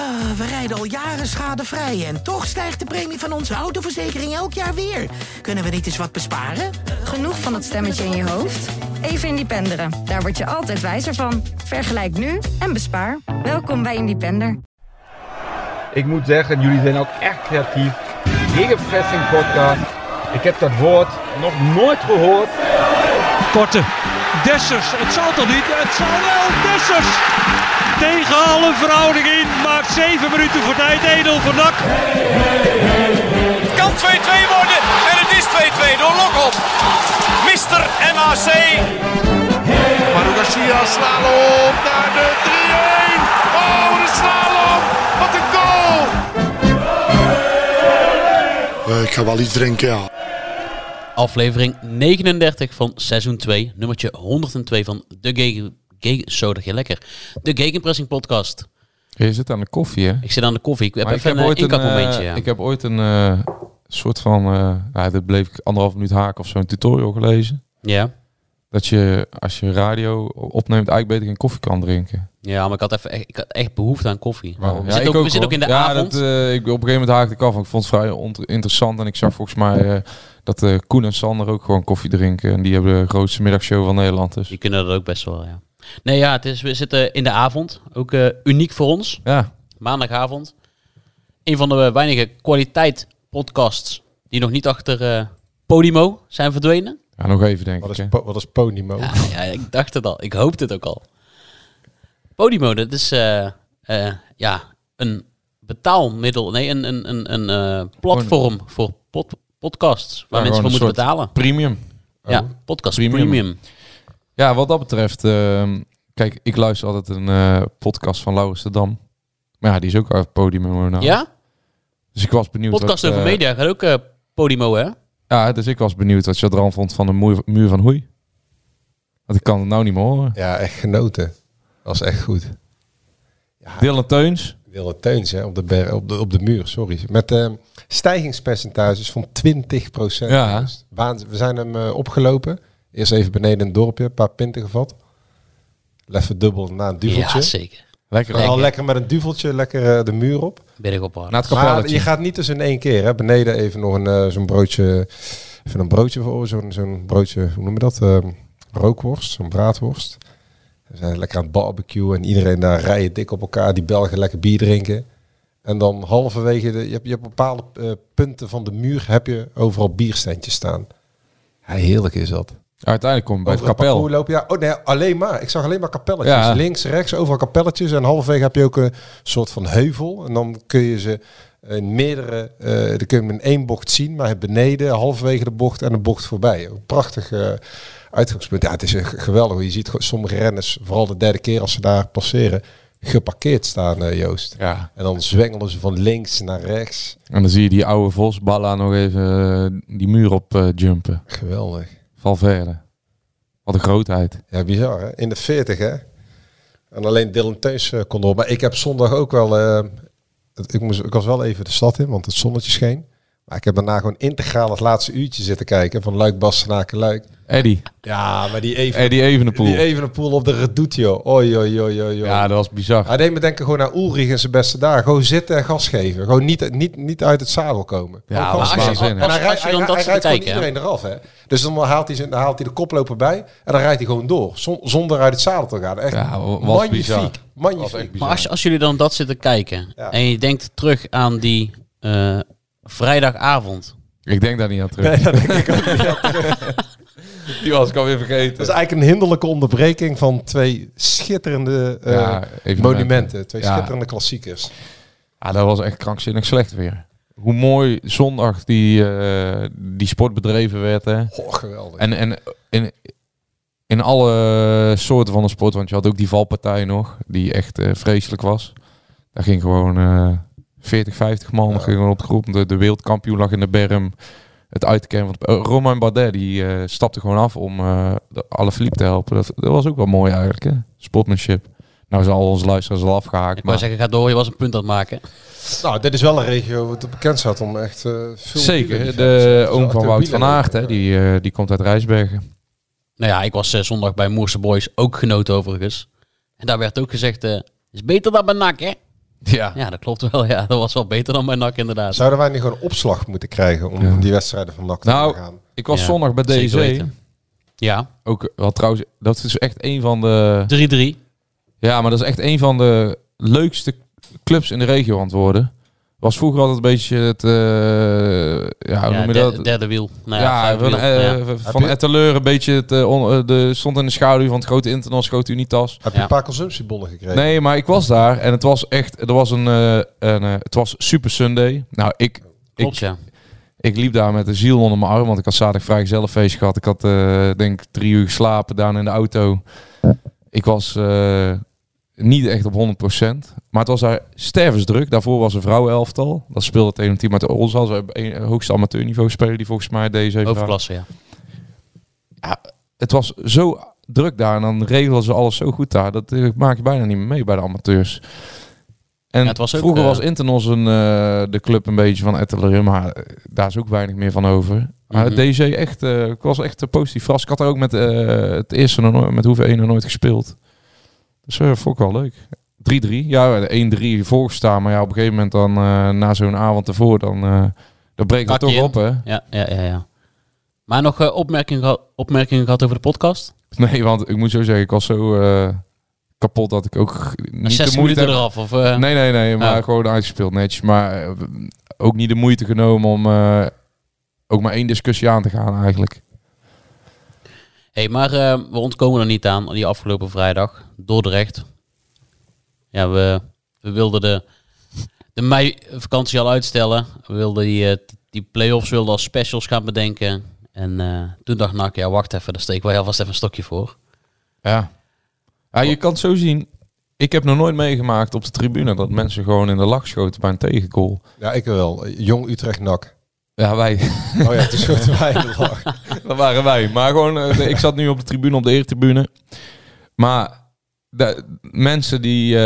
We rijden al jaren schadevrij en toch stijgt de premie van onze autoverzekering elk jaar weer. Kunnen we niet eens wat besparen? Genoeg van dat stemmetje in je hoofd? Even Independeren. Daar word je altijd wijzer van. Vergelijk nu en bespaar. Welkom bij Independer. Ik moet zeggen, jullie zijn ook echt creatief. Gegenpressing podcast. Ik heb dat woord nog nooit gehoord. Korte. Dessers. Het zal toch niet? Het zal wel. Dessers. Tegen alle verhouding in. Maakt 7 minuten voor tijd. Edel voor NAC. Het kan 2-2 worden. En het is 2-2 door Lokop. Mr. MAC. Manu Garcia slalom naar de 3-1. Oh, de slalom. Wat een goal. Ik ga wel iets drinken, ja. Aflevering 39 van seizoen 2, nummertje 102 van de Gegenpressing podcast. Je zit aan de koffie, hè? Ik zit aan de koffie. Ik heb even een inkapmomentje. Ja. Ik heb ooit een soort van, dat bleef ik 1,5 minuut haken of zo'n tutorial gelezen. Ja. Dat je, als je radio opneemt, eigenlijk beter geen koffie kan drinken. Ja, maar ik had echt behoefte aan koffie. Wow. We zitten ook in de avond. Op een gegeven moment haakte ik af. Ik vond het vrij interessant. En ik zag volgens mij dat Koen en Sander ook gewoon koffie drinken. En die hebben de grootste middagshow van Nederland. Dus. Die kunnen dat ook best wel, ja. Nee, ja, we zitten in de avond. Ook uniek voor ons. Ja. Maandagavond. Een van de weinige kwaliteit podcasts die nog niet achter Podimo zijn verdwenen. Ja, nog even denk ik. Wat is Podimo? Ja, ik dacht het al. Ik hoopte het ook al. Podimo, dat is een betaalmiddel. Nee, een platform voor podcasts. Waar mensen voor moeten betalen. Premium. Ja, podcast premium. Ja, wat dat betreft. Kijk, ik luister altijd een podcast van Laurens de Dam. Maar ja, die is ook uit Podimo. Nou. Ja? Dus ik was benieuwd. Podcast over media gaat ook Podimo, hè? Ja, dus ik was benieuwd wat je er aan vond van de muur van Hoei. Want ik kan het nou niet meer horen. Ja, echt genoten. Dat was echt goed. Ja, Dylan Teuns. Dylan Teuns, hè, op de muur, sorry. Met stijgingspercentages van 20%. Ja. We zijn hem opgelopen. Eerst even beneden in het dorpje, een paar pinten gevat. Even dubbel na een duveltje. Ja, zeker. Lekker met een duveltje, lekker de muur op. Ben ik op Maar je gaat niet dus in één keer. Hè. Beneden even nog zo'n broodje. Even een broodje voor zo'n broodje, hoe noem je dat? Rookworst, zo'n braadworst. We zijn lekker aan het barbecuen en iedereen daar rijden dik op elkaar. Die Belgen lekker bier drinken. En dan halverwege, je hebt bepaalde punten van de muur heb je overal bierstandjes staan. Ja, heerlijk is dat. Uiteindelijk kom je bij het kapel. Lopen, ja. Oh nee, alleen maar. Ik zag alleen maar kapelletjes. Ja. Links, rechts, overal kapelletjes. En halverwege heb je ook een soort van heuvel. En dan kun je ze in meerdere, dan kun je hem in 1 bocht zien. Maar beneden, halverwege de bocht en de bocht voorbij. Een prachtig uitgangspunt. Ja, het is geweldig. Je ziet sommige renners, vooral de derde keer als ze daar passeren, geparkeerd staan, Joost. Ja. En dan zwengelen ze van links naar rechts. En dan zie je die oude Vosballa nog even die muur op jumpen. Geweldig. Valverde. Wat een grootheid. Ja, bizar hè. In de 40 hè. En alleen Dylan Teuns kon erop. Maar ik heb zondag ook wel... ik was wel even de stad in, want het zonnetje scheen. Maar ik heb daarna gewoon integraal het laatste uurtje zitten kijken. Van Luik-Bastenaken-Luik. Eddie. Ja, maar die Evenepoel. Die Evenepoel op de Redoute, joh. Oei. Ja, dat was bizar. Hij deed me denken gewoon naar Ulrich in zijn beste dagen. Gewoon zitten en gas geven. Gewoon niet uit het zadel komen. Ja, als je dan dat rijdt kijken, iedereen eraf, hè. Dus dan haalt hij de koploper bij. En dan rijdt hij gewoon door. Zonder uit het zadel te gaan. Echt magnifiek. Maar als jullie dan dat zitten kijken. Ja. En je denkt terug aan die vrijdagavond. Ik denk daar niet aan terug. Nee, dat denk ik ook niet aan terug. Die was ik alweer vergeten. Dat is eigenlijk een hinderlijke onderbreking van 2 schitterende monumenten. 2 schitterende klassiekers. Ja, dat was echt krankzinnig slecht weer. Hoe mooi zondag die sport bedreven werd. Hè. Oh, geweldig. En in alle soorten van de sport. Want je had ook die valpartij nog. Die echt vreselijk was. Daar ging gewoon 40, 50 man gewoon op de groep. De wereldkampioen lag in de berm. Het uitkennen van Romain Bardet, die stapte gewoon af om Alaphilippe te helpen. Dat was ook wel mooi eigenlijk, hè? Sportmanship. Nou zijn al onze luisteraars al afgehaakt. Ik wou zeggen, ga door, je was een punt aan het maken. Nou, dit is wel een regio wat bekend staat om echt veel... Zeker, de oom van Wout van Aert, hè, die komt uit Rijsbergen. Nou ja, ik was zondag bij Moerse Boys, ook genoten overigens. En daar werd ook gezegd, is beter dan bij NAC, hè? Ja. Ja, dat klopt wel. Ja, dat was wel beter dan bij NAC inderdaad. Zouden wij nu gewoon opslag moeten krijgen om die wedstrijden van NAC te gaan? Ik was Ja, zondag bij zeker DZ. weten. Ja. Ook wel trouwens, dat is echt een van de... 3-3. Ja, maar dat is echt een van de leukste clubs in de regio aan het worden. Was vroeger altijd een beetje het... hoe noem je dat? Derde wiel. Nou van Etteleur een beetje stond in de schaduw van het grote Internos, grote Unitas. Heb je een paar consumptiebonnen gekregen? Nee, maar ik was daar en het was echt... het was Super Sunday. Nou, Klopt, ja. Ik liep daar met de ziel onder mijn arm, want ik had zaterdag vrijgezellenfeest gehad. Ik had denk 3 uur geslapen, daar in de auto. Ik was niet echt op 100%. Maar het was daar stervensdruk. Daarvoor was een vrouwenelftal. Dat speelde tegen een team uit de Olzal. Ze hebben hoogste amateurniveau spelen die volgens mij deze Overklasse, ja. Het was zo druk daar en dan regelden ze alles zo goed daar. Dat maak je bijna niet meer mee bij de amateurs. En het was ook, vroeger was Internos de club een beetje van Etteleur, maar daar is ook weinig meer van over. Maar DC echt, ik was echt positief verrast. Ik had er ook met het eerste met Hoeve 1 nog nooit gespeeld. Dus vond ik wel leuk. 3-3, ja, 1-3 voorgestaan, maar ja, op een gegeven moment dan na zo'n avond ervoor, dan breekt het toch op, hè? Ja. Maar nog opmerkingen gehad over de podcast? Nee, want ik moet zo zeggen, ik was zo kapot dat ik ook niet 6 de moeite minuten heb. eraf? Of, Nee, maar gewoon uitgespeeld netjes. Maar ook niet de moeite genomen om ook maar 1 discussie aan te gaan eigenlijk. Hey, maar we ontkomen er niet aan die afgelopen vrijdag. Dordrecht. Ja, we wilden de meivakantie al uitstellen. We wilden die play-offs als specials gaan bedenken. En toen dacht NAC, ja wacht even, daar steken wij alvast even een stokje voor. Ja, je kan het zo zien. Ik heb nog nooit meegemaakt op de tribune dat mensen gewoon in de lach schoten bij een tegengoal. Ja, ik wel. Jong Utrecht NAC. Ja, wij. Oh ja, toen schoten wij in de lach. Dat waren wij. Maar gewoon, ik zat nu op de tribune, op de eretribune. Maar de mensen die...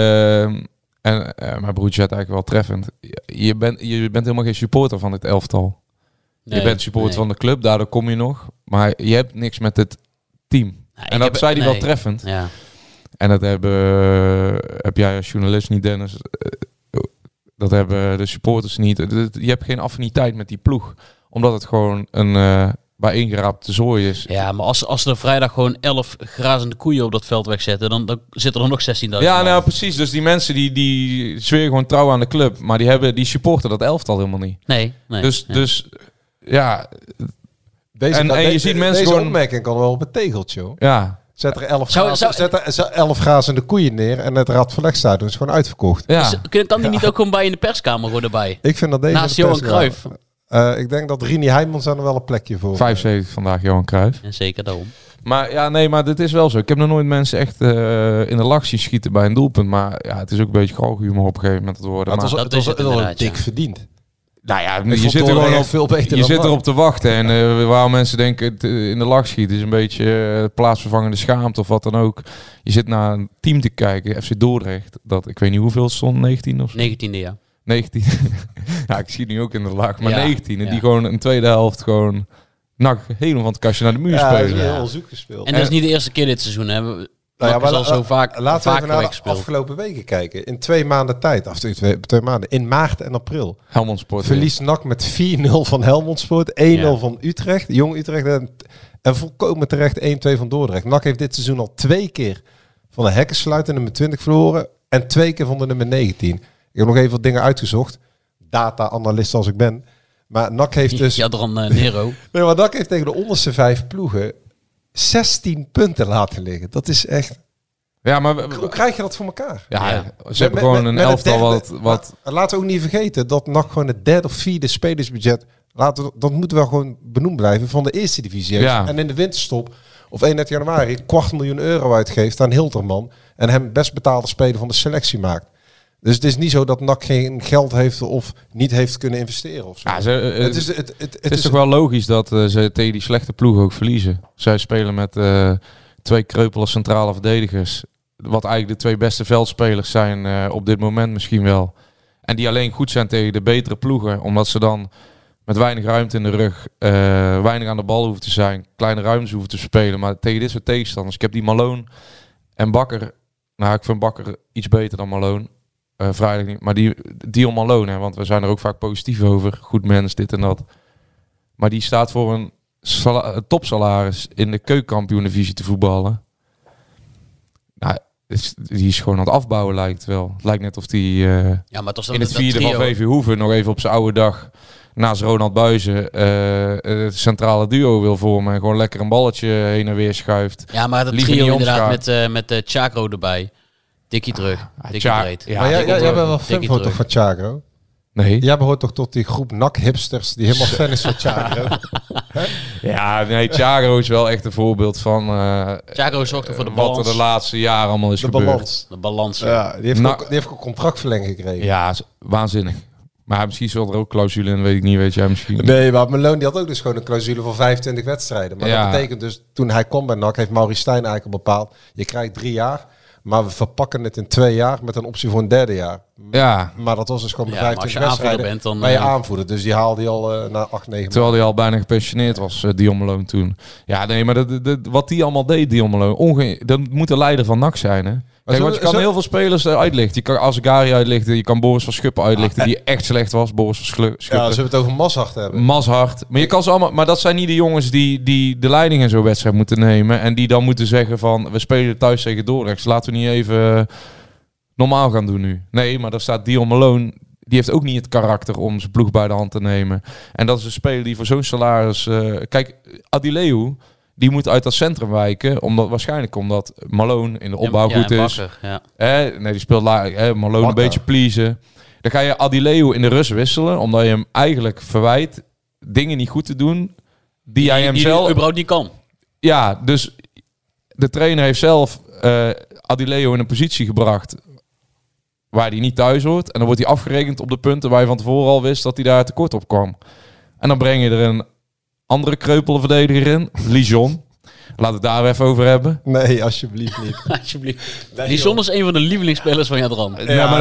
mijn broertje had eigenlijk wel treffend. Je bent helemaal geen supporter van dit elftal. Nee, je bent supporter van de club, daardoor kom je nog. Maar je hebt niks met het team. Nou, en dat zei hij wel treffend. Ja. En dat heb jij als journalist niet, Dennis. Dat hebben de supporters niet. Je hebt geen affiniteit met die ploeg. Omdat het gewoon een bijeengeraapte zooi is. Ja, maar als ze er vrijdag gewoon 11 grazende koeien op dat veld wegzetten, dan zitten er nog 16.000. Ja, nou precies. Dus die mensen die zweren gewoon trouw aan de club. Maar die supporten dat elftal helemaal niet. Nee. Dus ja. En je ziet mensen deze gewoon... opmerking kan wel op het tegeltje, hoor. Ja. Zet er 11 grazende koeien neer en het Radverlegstadion is gewoon uitverkocht. Ja. Dus, kan die niet ook gewoon bij in de perskamer gewoon erbij? Ik vind dat deze... Naast Johan Cruijff. Ik denk dat Rini Heijmans daar nog wel een plekje voor. 75 vandaag, Johan Cruijff. En zeker daarom. Maar ja, nee, maar dit is wel zo. Ik heb nog nooit mensen echt in de lach zien schieten bij een doelpunt. Maar ja, het is ook een beetje galgenhumor op een gegeven moment te worden. Maar het was dik verdiend. Nou ja, je zit er gewoon op, veel beter je zit erop te wachten. En waar mensen denken in de lach schieten is een beetje plaatsvervangende schaamte of wat dan ook. Je zit naar een team te kijken, FC Dordrecht. Dat, ik weet niet hoeveel stond, 19 of zo? 19e, ja. 19. Ja, ik zie het nu ook in de lach. Maar ja, 19. En die gewoon een tweede helft gewoon helemaal van het kastje naar de muur spelen. Ja, heel zoek gespeeld. En dat is niet de eerste keer dit seizoen. Hè. Al zo vaak laten we even naar de gespeeld. afgelopen weken kijken. In 2 maanden tijd, of 2 maanden, in maart en april. Helmond Sport. Verliest NAC met 4-0 van Helmond Sport, 1-0 van Utrecht, Jong Utrecht en volkomen terecht 1-2 van Dordrecht. NAC heeft dit seizoen al 2 keer van de hekkensluiter nummer 20 verloren en 2 keer van de nummer 19. Ik heb nog even wat dingen uitgezocht. Data-analyst als ik ben. Maar NAC heeft dus... Jadran Nero. Nee, maar NAC heeft tegen de onderste 5 ploegen 16 punten laten liggen. Dat is echt... Ja, maar hoe krijg je dat voor elkaar? Ja. Ze hebben gewoon een elftal wat... Laten we ook niet vergeten dat NAC gewoon het 3e of 4e spelersbudget... dat moet wel gewoon benoemd blijven van de eerste divisie. Ja. En in de winterstop of 31 januari €250.000 uitgeeft aan Hilterman. En hem best betaalde speler van de selectie maakt. Dus het is niet zo dat NAC geen geld heeft of niet heeft kunnen investeren. Of zo. Ja, het is toch wel logisch dat ze tegen die slechte ploegen ook verliezen. Zij spelen met 2 kreupele centrale verdedigers. Wat eigenlijk de 2 beste veldspelers zijn op dit moment misschien wel. En die alleen goed zijn tegen de betere ploegen. Omdat ze dan met weinig ruimte in de rug, weinig aan de bal hoeven te zijn. Kleine ruimtes hoeven te spelen. Maar tegen dit soort tegenstanders. Ik heb die Malone en Bakker. Nou, ik vind Bakker iets beter dan Malone. vrijdag niet. Maar die Dion Malone, hè, want we zijn er ook vaak positief over. Goed mens, dit en dat. Maar die staat voor een topsalaris in de keukenkampioen-divisie te voetballen. Nou, die is gewoon aan het afbouwen, lijkt wel. Het lijkt net of die maar het in het vierde van VV Hoeven nog even op zijn oude dag naast Ronald Buijzen het centrale duo wil vormen. En gewoon lekker een balletje heen en weer schuift. Ja, maar dat Liever trio niet inderdaad met Chakro erbij. Dikkie terug. Dikkie breed. Ja, maar jij bent wel fan van toch van Chakro? Nee. Jij behoort toch tot die groep NAC-hipsters die helemaal fan is van Chakro? Ja, nee, Chakro is wel echt een voorbeeld van Chakro zorgt voor de balans. wat er de laatste jaren allemaal is gebeurd. De balans. Ja, die heeft ook een contractverlenging gekregen. Ja, waanzinnig. Maar misschien zal er ook clausule in, weet ik niet, weet jij misschien. Nee, maar Malone die had ook dus gewoon een clausule van 25 wedstrijden. Maar dat betekent dus, toen hij kwam bij NAC, heeft Maurice Stijn eigenlijk al bepaald, je krijgt 3 jaar, maar we verpakken het in 2 jaar met een optie voor een 3e jaar. Ja. Maar dat was dus gewoon bij 25 als je wedstrijden. bent, dan ben je aanvoerder. Dus die haalde hij al na 8, 9 Terwijl hij al bijna gepensioneerd was, Dion Malone toen. Ja, nee, maar wat die allemaal deed, Dion Malone, dat moet de leider van NAC zijn, hè? Kijk, want je kan heel veel spelers uitlichten. Je kan Azegari uitlichten, je kan Boris van Schuppen uitlichten, die echt slecht was. Boris van Schuppen. Ja, ze hebben het over Mazhart hebben. Mazhart. Maar je kan ze allemaal. Maar dat zijn niet de jongens die de leiding in zo'n wedstrijd moeten nemen. En die dan moeten zeggen van, we spelen thuis tegen Dordrecht. Laten we niet even normaal gaan doen nu. Nee, maar daar staat Dion Malone. Die heeft ook niet het karakter om zijn ploeg bij de hand te nemen. En dat is een speler die voor zo'n salaris... kijk, Adileu, die moet uit dat centrum wijken. Waarschijnlijk omdat Malone in de opbouw goed is. Bakker, ja. Nee, die speelt Malone Bakker. Een beetje pleasen. Dan ga je Adileu in de rust wisselen. Omdat je hem eigenlijk verwijt dingen niet goed te doen. Die hij hem zelf... Die überhaupt niet kan. Ja, dus de trainer heeft zelf Adileu in een positie gebracht waar hij niet thuis hoort. En dan wordt hij afgerekend op de punten waar je van tevoren al wist dat hij daar tekort op kwam. En dan breng je er een andere kreupele verdediger in, Lijon. Laten we het daar even over hebben. Nee, alsjeblieft niet. Alsjeblieft. Lijon is een van de lievelingsspelers van Jadran.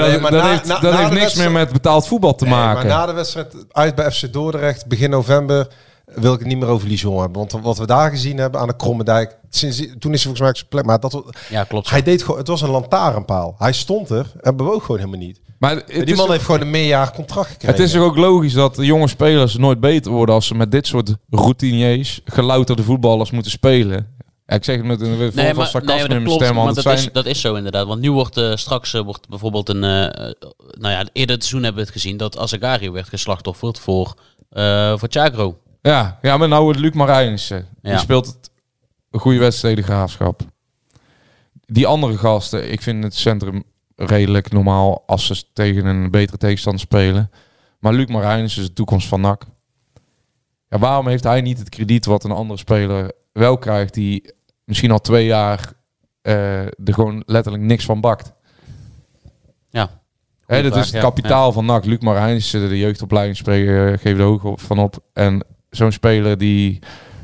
Dat heeft niks meer met betaald voetbal te maken. Maar na de wedstrijd uit bij FC Dordrecht, begin november, wil ik het niet meer over Lijon hebben. Want wat we daar gezien hebben aan de Krommendijk, toen is hij volgens mij op zijn plek. Maar ja, klopt. Hij deed gewoon, het was een lantaarnpaal. Hij stond er en bewoog gewoon helemaal niet. Maar die man heeft gewoon een meerjarig contract gekregen. Het is toch ook logisch dat de jonge spelers nooit beter worden als ze met dit soort routiniers, gelouterde voetballers moeten spelen. Ja, ik zeg het met een vorm van sarcasme in mijn stem. Maar dat is zo inderdaad. Want nu wordt straks bijvoorbeeld eerder het seizoen hebben we het gezien dat Azegari werd geslachtofferd voor Chagro. Ja, maar nou wordt Luc Marijnissen. Die speelt een goede wedstrijd in de Graafschap. Die andere gasten, ik vind het centrum redelijk normaal als ze tegen een betere tegenstander spelen. Maar Luc Marijnissen is de toekomst van NAC. Ja, waarom heeft hij niet het krediet wat een andere speler wel krijgt die misschien al 2 jaar er gewoon letterlijk niks van bakt? Ja. Dat is het kapitaal van NAC. Luc Marijnissen, de jeugdopleidingsspreker, geeft er hoog van op. En zo'n speler die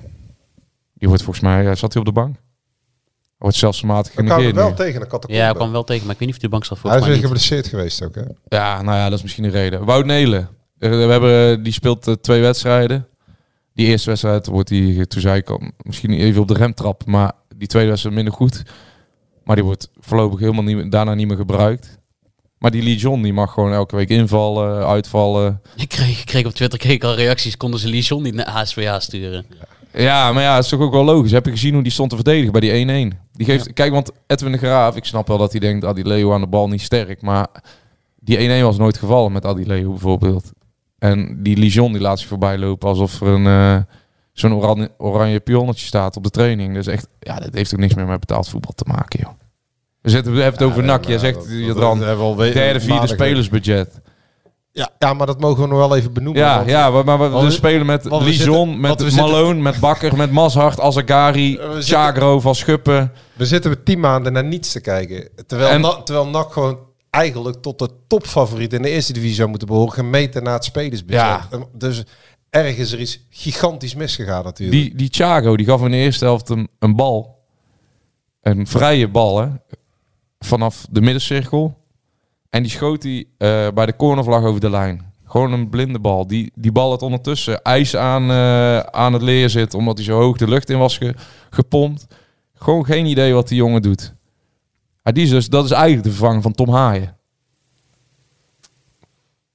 wordt volgens mij... zat hij op de bank? Wordt stelselmatig genegeerd. Hij kwam wel tegen de catacombe. Ja, hij kwam wel tegen, maar ik weet niet of hij de bank zat. Hij is weer geblesseerd geweest ook, hè? Ja, nou ja, dat is misschien de reden. Wout Nelen. Die speelt 2 wedstrijden. Die eerste wedstrijd wordt hij, toen zei ik al, misschien even op de rem trappen. Maar die tweede wedstrijd minder goed. Maar die wordt voorlopig daarna niet meer gebruikt. Maar die Lijon, die mag gewoon elke week invallen, uitvallen. Ik kreeg op Twitter al reacties. Konden ze Lijon niet naar HSVA sturen? Ja, maar ja, het is toch ook wel logisch. Heb je gezien hoe die stond te verdedigen bij die 1-1? Die geeft, kijk, want Edwin de Graaf, ik snap wel dat hij denkt, Adileu aan de bal niet sterk. Maar die 1-1 was nooit gevallen met Adileu bijvoorbeeld. En die Lijon die laat zich voorbij lopen alsof er zo'n oranje pionnetje staat op de training. Dus echt, ja, dat heeft ook niks meer met betaald voetbal te maken, joh. We hebben het over NAC. Je zegt je dan derde, vierde spelersbudget. Ja, maar dat mogen we nog wel even benoemen. Maar we spelen met Lijon, met Malone, met Bakker, met Mazhart, Azegari, Chagro, Van Schuppen. We zitten met 10 maanden naar niets te kijken. Terwijl NAC gewoon eigenlijk tot de topfavoriet in de eerste divisie zou moeten behoren, gemeten naar het spelersbudget. Ja. Dus ergens er iets gigantisch misgegaan natuurlijk. Die Chagro, die gaf in de eerste helft een bal. Een vrije bal, hè. Vanaf de middencirkel. En die schoot hij bij de cornervlag over de lijn. Gewoon een blinde bal. Die bal had ondertussen ijs aan het leer zit, omdat hij zo hoog de lucht in was gepompt. Gewoon geen idee wat die jongen doet. Dat is eigenlijk de vervanger van Tom Haaien.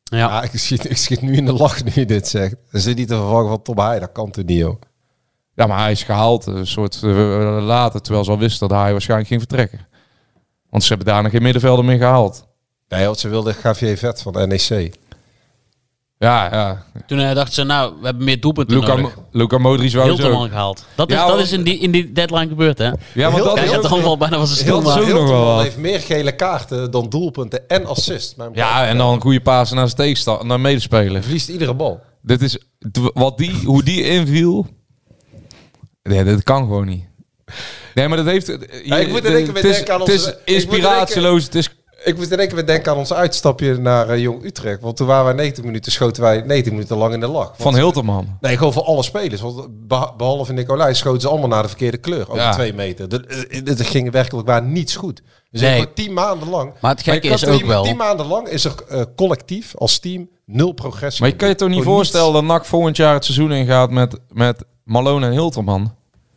Ja, ik schiet nu in de lach nu je dit zegt. Er zit niet te vervangen van Tom Haaien. Dat kan toch niet, joh. Ja, maar hij is gehaald een soort later, terwijl ze al wisten dat hij waarschijnlijk ging vertrekken. Want ze hebben daarna geen middenvelder meer gehaald. Nee, want ze wilden Javier Vet van de NEC. Ja. Toen dachten ze, nou, we hebben meer doelpunten nodig. Luka Modric wou ze Hilterman ook. gehaald. Dat is in die deadline gebeurd, hè? Ja, maar dat is het dan wel bijna was een stil. Hilterman heeft meer gele kaarten dan doelpunten en assist. Ja, en dan een goede paas naar zijn tegenstander, naar medespelen. Verliest iedere bal. Dit is hoe die inviel. Nee, dat kan gewoon niet. Nee, maar dat heeft. Ik moet er denken met denken aan onze. Het is inspiratieloos. Het is. Ik moet er denken aan ons uitstapje naar Jong Utrecht. Want toen waren wij 90 minuten, schoten wij 90 minuten lang in de lach. Van Hilterman. Nee, gewoon voor alle spelers. Want behalve Nicolai schoten ze allemaal naar de verkeerde kleur. Over 2 meter. Het ging werkelijk waar niets goed. Dus voor 10 maanden lang. Maar het gekke is ook wel. 10 maanden lang is er collectief als team 0 progressie. Maar je kan je toch niet voorstellen dat NAC volgend jaar het seizoen ingaat met Malone en Hilterman?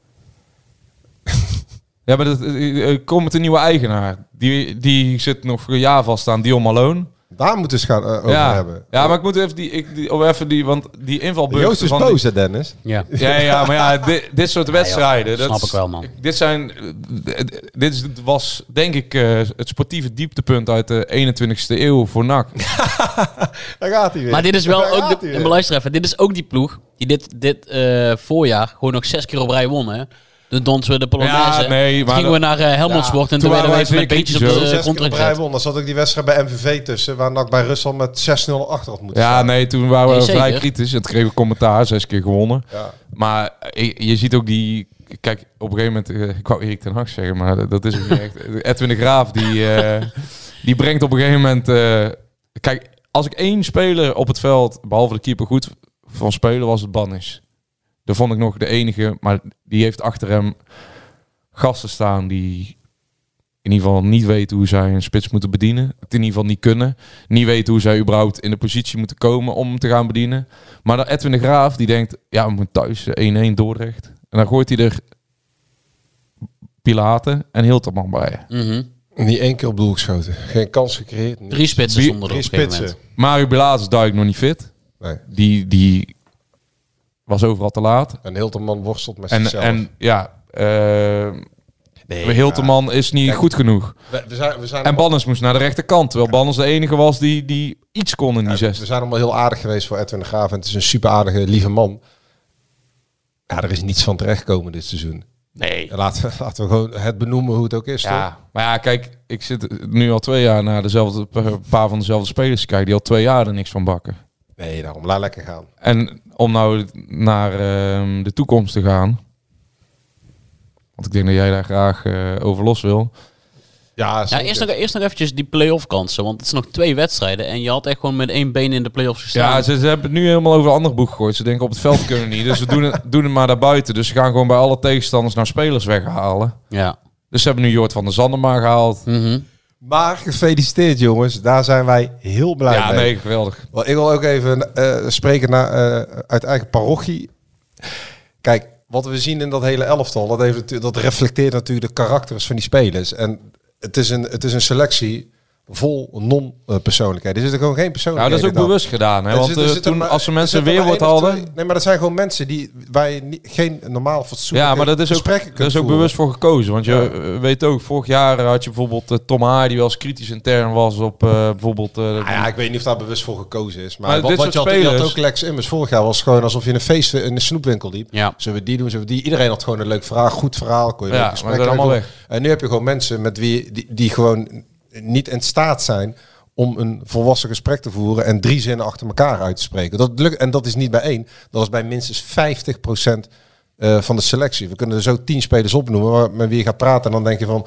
Ja, maar er komt een nieuwe eigenaar. Die zit nog een jaar vast aan, Dion Malone. Daar moeten we het gaan over hebben. Ja, maar ik moet even want die invalbeurten... Joost is boos, hè, Dennis? Ja, maar ja, dit soort wedstrijden... dat snap ik wel, man. Dit was, denk ik, het sportieve dieptepunt uit de 21ste eeuw voor NAC. Daar gaat hij weer. Maar dit is wel ook... En beluister even, dit is ook die ploeg die dit voorjaar gewoon nog 6 keer op rij won, hè? Toen dansen we de Polonaise. Ja, nee, maar gingen we naar Helmond-sport en toen werden we even met beetjes op de contract gezet. Dan zat ook die wedstrijd bij MVV tussen, waar NAC bij Rusland met 6-0 achter had moeten staan. Ja, nee, toen waren we vrij kritisch. Het kreeg een commentaar, 6 keer gewonnen. Ja. Maar je ziet ook die... Kijk, op een gegeven moment... ik wou Erik ten Hag zeggen, maar dat is ook niet echt. Edwin de Graaf, die brengt op een gegeven moment... kijk, als ik 1 speler op het veld, behalve de keeper, goed van spelen, was het Bannis. Dat vond ik nog de enige, maar die heeft achter hem gasten staan die in ieder geval niet weten hoe zij een spits moeten bedienen. Het in ieder geval niet kunnen. Niet weten hoe zij überhaupt in de positie moeten komen om hem te gaan bedienen. Maar dan Edwin de Graaf, die denkt, ja, we moeten thuis 1-1 Dordrecht. En dan gooit hij er Pilaten en Hilterman bij. Mm-hmm. Niet 1 keer op doel geschoten. Geen kans gecreëerd. 3 spitsen zonder 3 spitsen. Mario Pilaten is duidelijk nog niet fit. Nee. Die was overal te laat. En Hilterman worstelt met zichzelf. En ja, Hilterman is niet goed genoeg. We zijn en Bannes moest naar de rechterkant. Terwijl Bannes de enige was die iets kon in die 6. We zijn allemaal heel aardig geweest voor Edwin de Graaf. En het is een super aardige, lieve man. Ja, er is niets van terechtgekomen dit seizoen. Nee. Laten we gewoon het benoemen hoe het ook is, ja, toch? Maar ja, kijk, ik zit nu al 2 jaar naar een paar van dezelfde spelers te kijken die al 2 jaar er niks van bakken. Nee, daarom laat lekker gaan. En om nou naar de toekomst te gaan, want ik denk dat jij daar graag over los wil. Ja, eerst nog eventjes die play-off kansen, want het is nog 2 wedstrijden en je had echt gewoon met 1 been in de play-offs gestaan. Ja, ze hebben het nu helemaal over een ander boek gegooid. Ze denken op het veld kunnen niet, dus we doen het maar daarbuiten. Dus ze gaan gewoon bij alle tegenstanders naar spelers weghalen. Ja. Dus ze hebben nu Jort van der Zanden maar gehaald. Mm-hmm. Maar gefeliciteerd, jongens. Daar zijn wij heel blij mee. Ja, nee, geweldig. Wel, ik wil ook even spreken uit eigen parochie. Kijk, wat we zien in dat hele elftal, dat reflecteert natuurlijk de karakters van die spelers. En het is een selectie vol non-persoonlijkheden. Er zitten gewoon geen persoonlijkheden. Nou, dat is ook bewust gedaan. Hè? Want toen, als ze mensen weerwoord hadden... Nee, maar dat zijn gewoon mensen waar je geen normaal fatsoenlijke maar dat is ook bewust voor gekozen. Want je weet ook, vorig jaar had je bijvoorbeeld Tom Haar, die wel eens kritisch intern was op bijvoorbeeld... ik weet niet of dat bewust voor gekozen is. Maar dit wat soort je spelers... had ook Lex Immers vorig jaar was gewoon alsof je in een feest in een snoepwinkel liep. Ja. Zullen we die doen, zullen we die? Iedereen had gewoon een leuk verhaal, goed verhaal. Kon je maar dat is allemaal weg. En nu heb je gewoon mensen met wie die gewoon niet in staat zijn om een volwassen gesprek te voeren en 3 zinnen achter elkaar uit te spreken. Dat lukt, en dat is niet bij 1. Dat is bij minstens 50% van de selectie. We kunnen er zo 10 spelers opnoemen met wie je gaat praten en dan denk je van,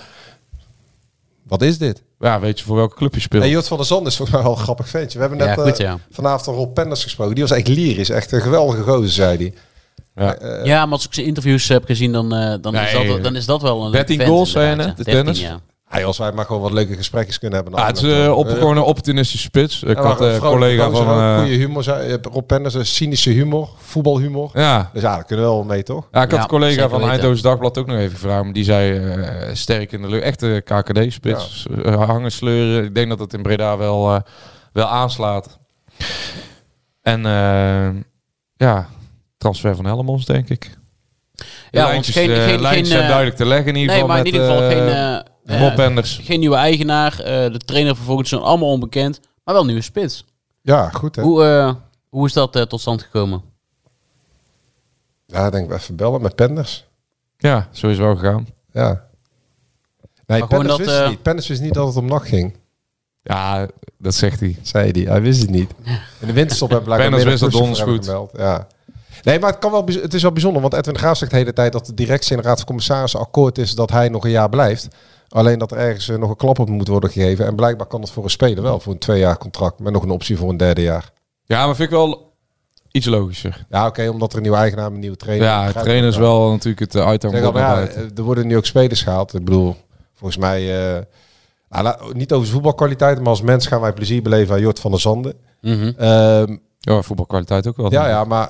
wat is dit? Ja, weet je voor welke club je speelt. En Jort van der Zanden is volgens mij wel een grappig ventje. We hebben net vanavond al Rob Penders gesproken. Die was echt lyrisch. Echt een geweldige gozer, zei hij. Ja, maar als ik zijn interviews heb gezien, dan is dat wel een 13 goals, zei je net, Dennis. Ja. Als wij maar gewoon wat leuke gesprekjes kunnen hebben. Het is gewoon een opportunistische spits. Ik had een collega van... goede humor. Rob Penders, cynische humor, voetbalhumor. Ja. Dus daar kunnen we wel mee, toch? Ja, ik had een collega van Eindhoven Dagblad ook nog even gevraagd. Maar die zei sterk in de lucht. Echte KKD-spits. Hangen, sleuren. Ik denk dat het in Breda wel aanslaat. En transfer van Helmons, denk ik. Ja, lijntjes, want lijntjes zijn duidelijk te leggen in ieder geval. Maar in ieder geval geen... Bob Enders. Geen nieuwe eigenaar. De trainer voor volgend seizoen allemaal onbekend. Maar wel nieuwe spits. Ja, goed hè. Hoe is dat tot stand gekomen? Ja, ik denk even bellen met Penders. Ja, zo is het wel gegaan. Ja. Nee, Penders wist niet dat het om NAC ging. Ja, dat zegt hij. Zei hij. Hij wist het niet. In de winterstop hebben blijkbaar Penders wist dat donders goed. Gemeld. Ja. Nee, maar het is wel bijzonder. Want Edwin Graaf zegt de hele tijd dat de directie en de raad van commissarissen akkoord is dat hij nog een jaar blijft. Alleen dat er ergens nog een klap op moet worden gegeven. En blijkbaar kan dat voor een speler wel. Voor een 2 jaar contract. Met nog een optie voor een 3e jaar. Ja, maar vind ik wel iets logischer. Ja, oké, omdat er een nieuwe eigenaar, een nieuwe trainer... Ja, trainer is wel natuurlijk het uithangbord. Er worden nu ook spelers gehaald. Ik bedoel, volgens mij... niet over voetbalkwaliteit, maar als mens gaan wij plezier beleven aan Jort van der Zanden. Ja, voetbalkwaliteit ook wel. Ja, maar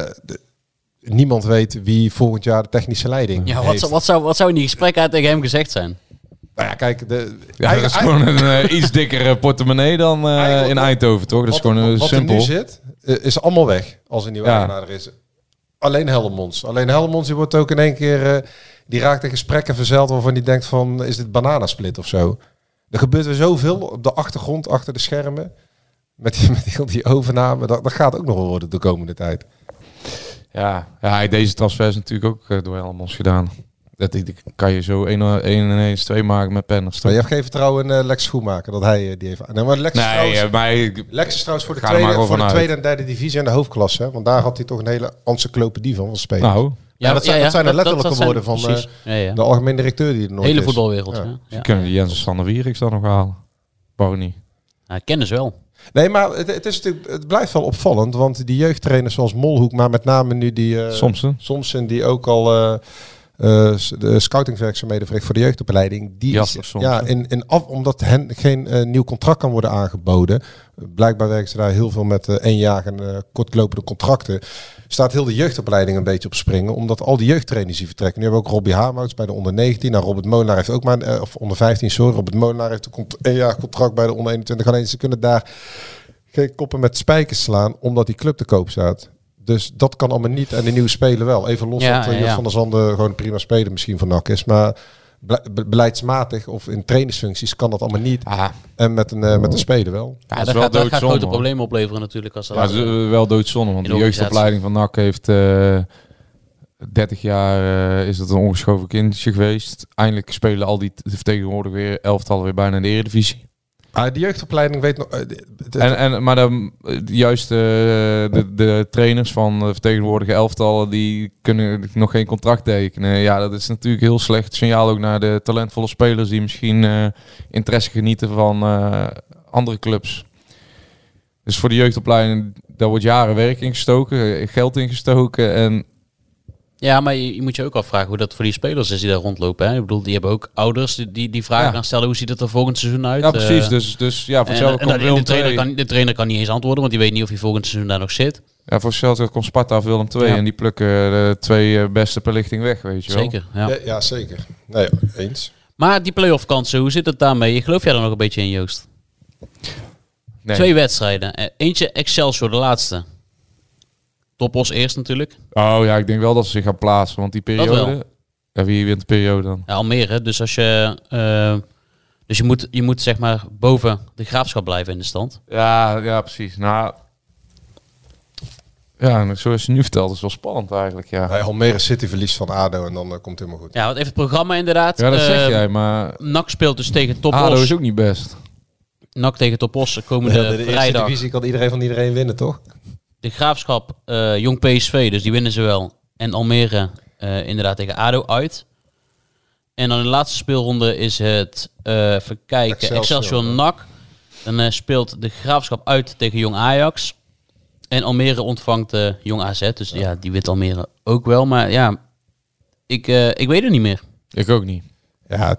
niemand weet wie volgend jaar de technische leiding heeft. Wat zou in die gesprekken tegen hem gezegd zijn? Nou ja, kijk... dat is gewoon een iets dikkere portemonnee dan in Eindhoven, toch? Dat is gewoon simpel. Wat er nu zit, is allemaal weg als een nieuwe eigenaar er is. Alleen Helmons. Die wordt ook in één keer... die raakt in gesprekken verzeild waarvan die denkt van... is dit bananasplit of zo? Er gebeurt weer zoveel op de achtergrond, achter de schermen. Met die overname. Dat gaat ook nog wel worden de komende tijd. Ja, deze transfer is natuurlijk ook door Helmons gedaan. Dat kan je zo 1-1-2 maken met Penders. Maar je hebt geen vertrouwen in Lex Schoenmaker dat hij die heeft. Nee, maar Lex is trouwens voor de tweede en derde divisie en de hoofdklasse. Hè? Want daar had hij toch een hele encyclopedie van spelen. Nou, dat zijn de letterlijke woorden van de algemeen directeur die er nooit hele is. Voetbalwereld. Ja. Ze kunnen Jens van der Wierix dan nog halen. Waarom niet? Nou, kennen ze wel. Nee, maar het blijft wel opvallend. Want die jeugdtrainers zoals Molhoek, maar met name nu die... Somsen, die ook al... de scoutingwerkzaamheden verricht voor de jeugdopleiding. Die omdat hen geen nieuw contract kan worden aangeboden. Blijkbaar werken ze daar heel veel met 1 jaar en kortlopende contracten. Staat heel de jeugdopleiding een beetje op springen. Omdat al die jeugdtrainers die vertrekken. Nu hebben we ook Robbie Haarmouts bij de onder 19. Nou, Robert Molenaar heeft ook maar... of onder 15, sorry. Robert Molenaar heeft 1 jaar contract bij de onder 21. Alleen ze kunnen daar geen koppen met spijkers slaan. Omdat die club te koop staat. Dus dat kan allemaal niet. En de nieuwe spelen wel. Even los dat Jort van der Zanden gewoon een prima speler misschien van NAC is. Maar beleidsmatig of in trainersfuncties kan dat allemaal niet. En met een speler wel. Ja, dat gaat grote problemen opleveren natuurlijk. Als dat wel doodzonde. Want de jeugdopleiding van NAC heeft 30 jaar is het een ongeschoven kindje geweest. Eindelijk spelen al die vertegenwoordigers weer elftallen weer bijna in de Eredivisie. De jeugdopleiding weet nog... Maar de trainers van de vertegenwoordige elftallen... die kunnen nog geen contract tekenen. Ja, dat is natuurlijk heel slecht signaal ook naar de talentvolle spelers... die misschien interesse genieten van andere clubs. Dus voor de jeugdopleiding, daar wordt jaren werk ingestoken, geld ingestoken... en ja, maar je moet je ook afvragen hoe dat voor die spelers is die daar rondlopen. Hè? Ik bedoel, die hebben ook ouders die vragen gaan stellen... hoe ziet het er volgend seizoen uit? Ja, precies. Dus ja, voor hetzelfde de trainer kan niet eens antwoorden... want die weet niet of hij volgend seizoen daar nog zit. Ja, voor hetzelfde komt Sparta of Willem II... en die plukken de 2 beste per lichting weg, weet je wel. Zeker, ja, zeker. Nee, eens. Maar die play-off kansen, hoe zit het daarmee? Geloof jij er nog een beetje in, Joost? Nee. 2 wedstrijden. Eentje Excelsior, de laatste... Topos eerst natuurlijk. Oh ja, ik denk wel dat ze zich gaan plaatsen. Want die periode... Ja, wie wint de periode dan? Ja, Almere. Dus als je... dus je moet zeg maar boven de Graafschap blijven in de stand. Ja, precies. Nou... Ja, zoals je nu vertelt, is wel spannend eigenlijk. Ja. Almere City verliest van ADO en dan komt het helemaal goed. Ja, want even het programma inderdaad. Ja, dat zeg jij, maar... NAC speelt dus tegen Topos. ADO is ook niet best. NAC tegen Topos komende de vrijdag. De divisie kan iedereen van iedereen winnen, toch? De Graafschap, Jong PSV, dus die winnen ze wel. En Almere inderdaad tegen ADO uit. En dan de laatste speelronde is het, even kijken, Excelsior NAC. Dan speelt de Graafschap uit tegen Jong Ajax. En Almere ontvangt Jong AZ. Dus ja, die wint Almere ook wel. Maar ja, ik weet het niet meer. Ik ook niet. Ja,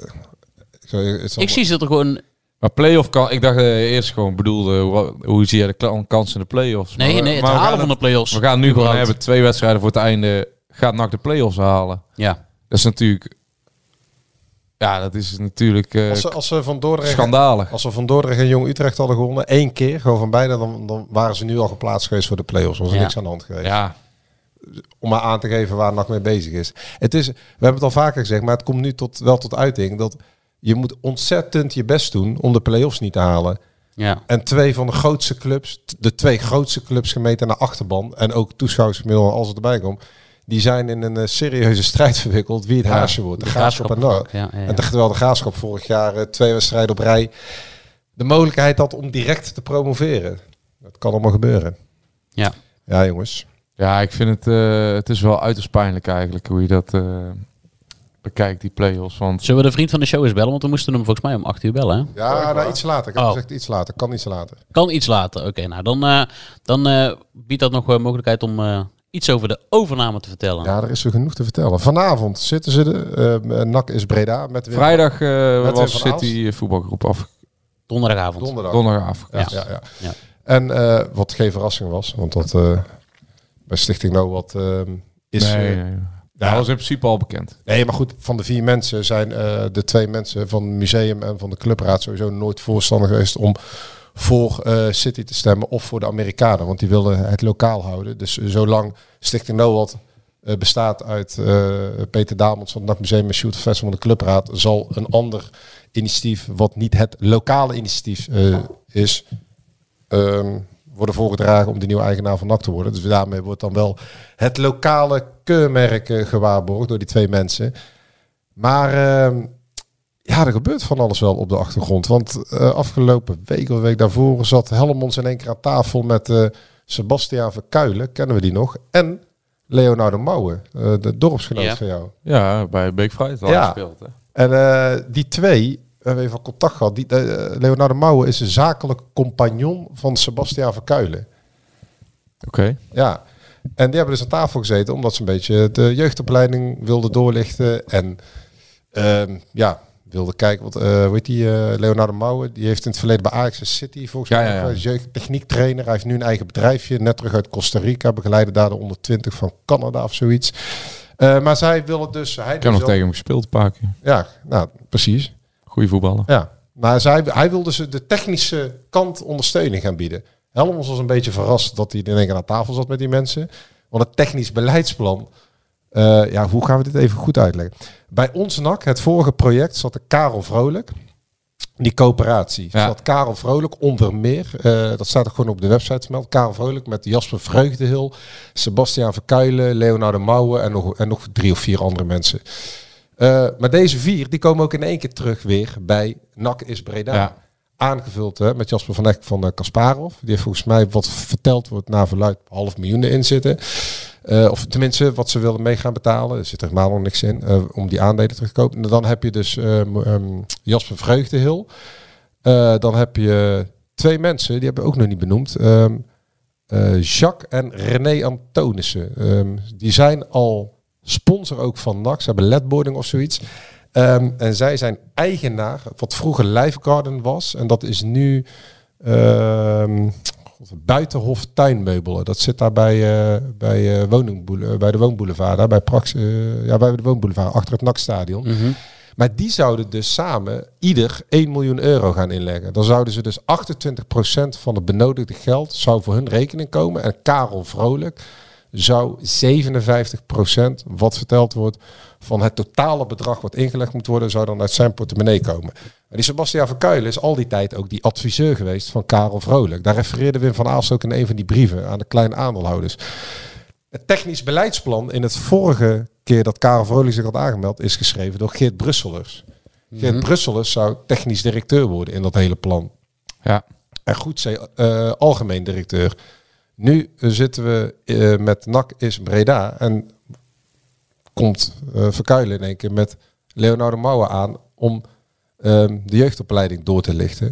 ik zie ze er gewoon... Maar play-off kan... Ik dacht eerst gewoon bedoelde... Hoe zie je de kans in de play-offs? Nee, het halen van de play-offs. We gaan nu gewoon hebben 2 wedstrijden voor het einde. Gaat NAC de play-offs halen? Ja. Dat is natuurlijk... Ja, dat is natuurlijk Als ze van Dordrecht, schandalig. Als ze van Dordrecht en Jong Utrecht hadden gewonnen, 1 keer, gewoon van beide, dan waren ze nu al geplaatst geweest voor de play-offs. Was er niks aan de hand geweest. Ja. Om maar aan te geven waar NAC mee bezig is. We hebben het al vaker gezegd, maar het komt nu wel tot uiting dat je moet ontzettend je best doen om de play-offs niet te halen. Ja. En 2 van de grootste clubs, de 2 grootste clubs gemeten naar achterban en ook toeschouwersgemiddelde als het erbij komt, die zijn in een serieuze strijd verwikkeld wie het haasje wordt. De Graafschap en NAC. En terwijl de Graafschap vorig jaar 2 wedstrijden op rij de mogelijkheid had om direct te promoveren. Dat kan allemaal gebeuren. Ja. Ja, jongens. Ja, ik vind het is wel uiterst pijnlijk eigenlijk hoe je dat bekijkt, die play-offs. Want... Zullen we de vriend van de show eens bellen? Want we moesten hem volgens mij om 8 uur bellen. Hè? Ja, iets later. Ik heb gezegd iets later. Kan iets later. Kan iets later. Oké, nou dan biedt dat nog wel mogelijkheid om iets over de overname te vertellen. Ja, er is er genoeg te vertellen. Vanavond zitten ze NAC is Breda. Met vrijdag was City voetbalgroep af. Donderdagavond. Ja. En wat geen verrassing was, want dat bij Stichting No wat is... Nee. Dat was in principe al bekend. Nee, maar goed, van de 4 mensen zijn de 2 mensen van het museum en van de clubraad sowieso nooit voorstander geweest om voor City te stemmen of voor de Amerikanen. Want die wilden het lokaal houden. Dus zolang Stichting No wat bestaat uit Peter Damels van het NAC Museum en Sjoerd Vest van de clubraad, zal een ander initiatief, wat niet het lokale initiatief is, worden voorgedragen om de nieuwe eigenaar van NAC te worden. Dus daarmee wordt dan wel het lokale keurmerk gewaarborgd door die 2 mensen. Maar er gebeurt van alles wel op de achtergrond. Want afgelopen week of de week daarvoor zat Helmonds in één keer aan tafel met Sebastiaan Verkuilen, kennen we die nog, en Leonardo Mouwen, de dorpsgenoot van jou. Ja, bij Beek Fruit al gespeeld. Hè? En die 2... We hebben even contact gehad. Leonardo Mouwen is een zakelijk compagnon van Sebastiaan Verkuilen. Oké. Ja. En die hebben dus aan tafel gezeten omdat ze een beetje de jeugdopleiding wilden doorlichten. En wilden kijken. Want hoe heet die? Leonardo Mouwen, die heeft in het verleden bij Ajax City volgens mij jeugdtechniektrainer. Hij heeft nu een eigen bedrijfje, net terug uit Costa Rica. Begeleiden daar de onder 20 van Canada of zoiets. Maar zij willen dus... Ik heb nog tegen hem gespeeld een paar keer. Ja, nou precies. Goeie voetballer. Ja, maar hij wilde ze de technische kant ondersteuning gaan bieden. Helmond was een beetje verrast dat hij in één keer aan tafel zat met die mensen. Want het technisch beleidsplan... hoe gaan we dit even goed uitleggen? Bij ons NAC, het vorige project, zat de Karel Vrolijk. Die coöperatie. Zat Karel Vrolijk onder meer. Dat staat er gewoon op de website vermeld. Karel Vrolijk met Jasper Vreugdehil, Sebastiaan Verkuilen, Leonardo Mouwen en nog 3 of 4 andere mensen. Maar deze 4 die komen ook in één keer terug weer bij NAC is Breda. Ja. Aangevuld met Jasper van Eck van Kasparov. Die heeft volgens mij wat verteld wordt naar verluid 500.000 in zitten. Of tenminste wat ze wilden mee gaan betalen. Er zit er helemaal nog niks in om die aandelen terug te kopen. En dan heb je dus Jasper Vreugdehil. Dan heb je 2 mensen, die hebben we ook nog niet benoemd. Jacques en René Antonissen. Die zijn al sponsor ook van NAC. Ze hebben ledboarding of zoiets. En zij zijn eigenaar, wat vroeger Lijfgarden was. En dat is nu Buitenhof Tuinmeubelen. Dat zit daar bij de Woonboulevard. Daar bij bij de Woonboulevard, achter het NAC-stadion. Mm-hmm. Maar die zouden dus samen ieder 1 miljoen euro gaan inleggen. Dan zouden ze dus 28% van het benodigde geld zou voor hun rekening komen. En Karel Vrolijk zou 57%, wat verteld wordt, van het totale bedrag wat ingelegd moet worden, zou dan uit zijn portemonnee komen. En die Sebastiaan Verkuilen is al die tijd ook die adviseur geweest van Karel Vrolijk. Daar refereerde Wim van Aalst ook in een van die brieven aan de kleine aandeelhouders. Het technisch beleidsplan in het vorige keer dat Karel Vrolijk zich had aangemeld is geschreven door Geert Brusselers. Mm-hmm. Geert Brusselers zou technisch directeur worden in dat hele plan. Ja. En Goedzee algemeen directeur. Nu zitten we met NAC is Breda en komt Verkuilen in één keer met Leonardo Mouwen aan om de jeugdopleiding door te lichten.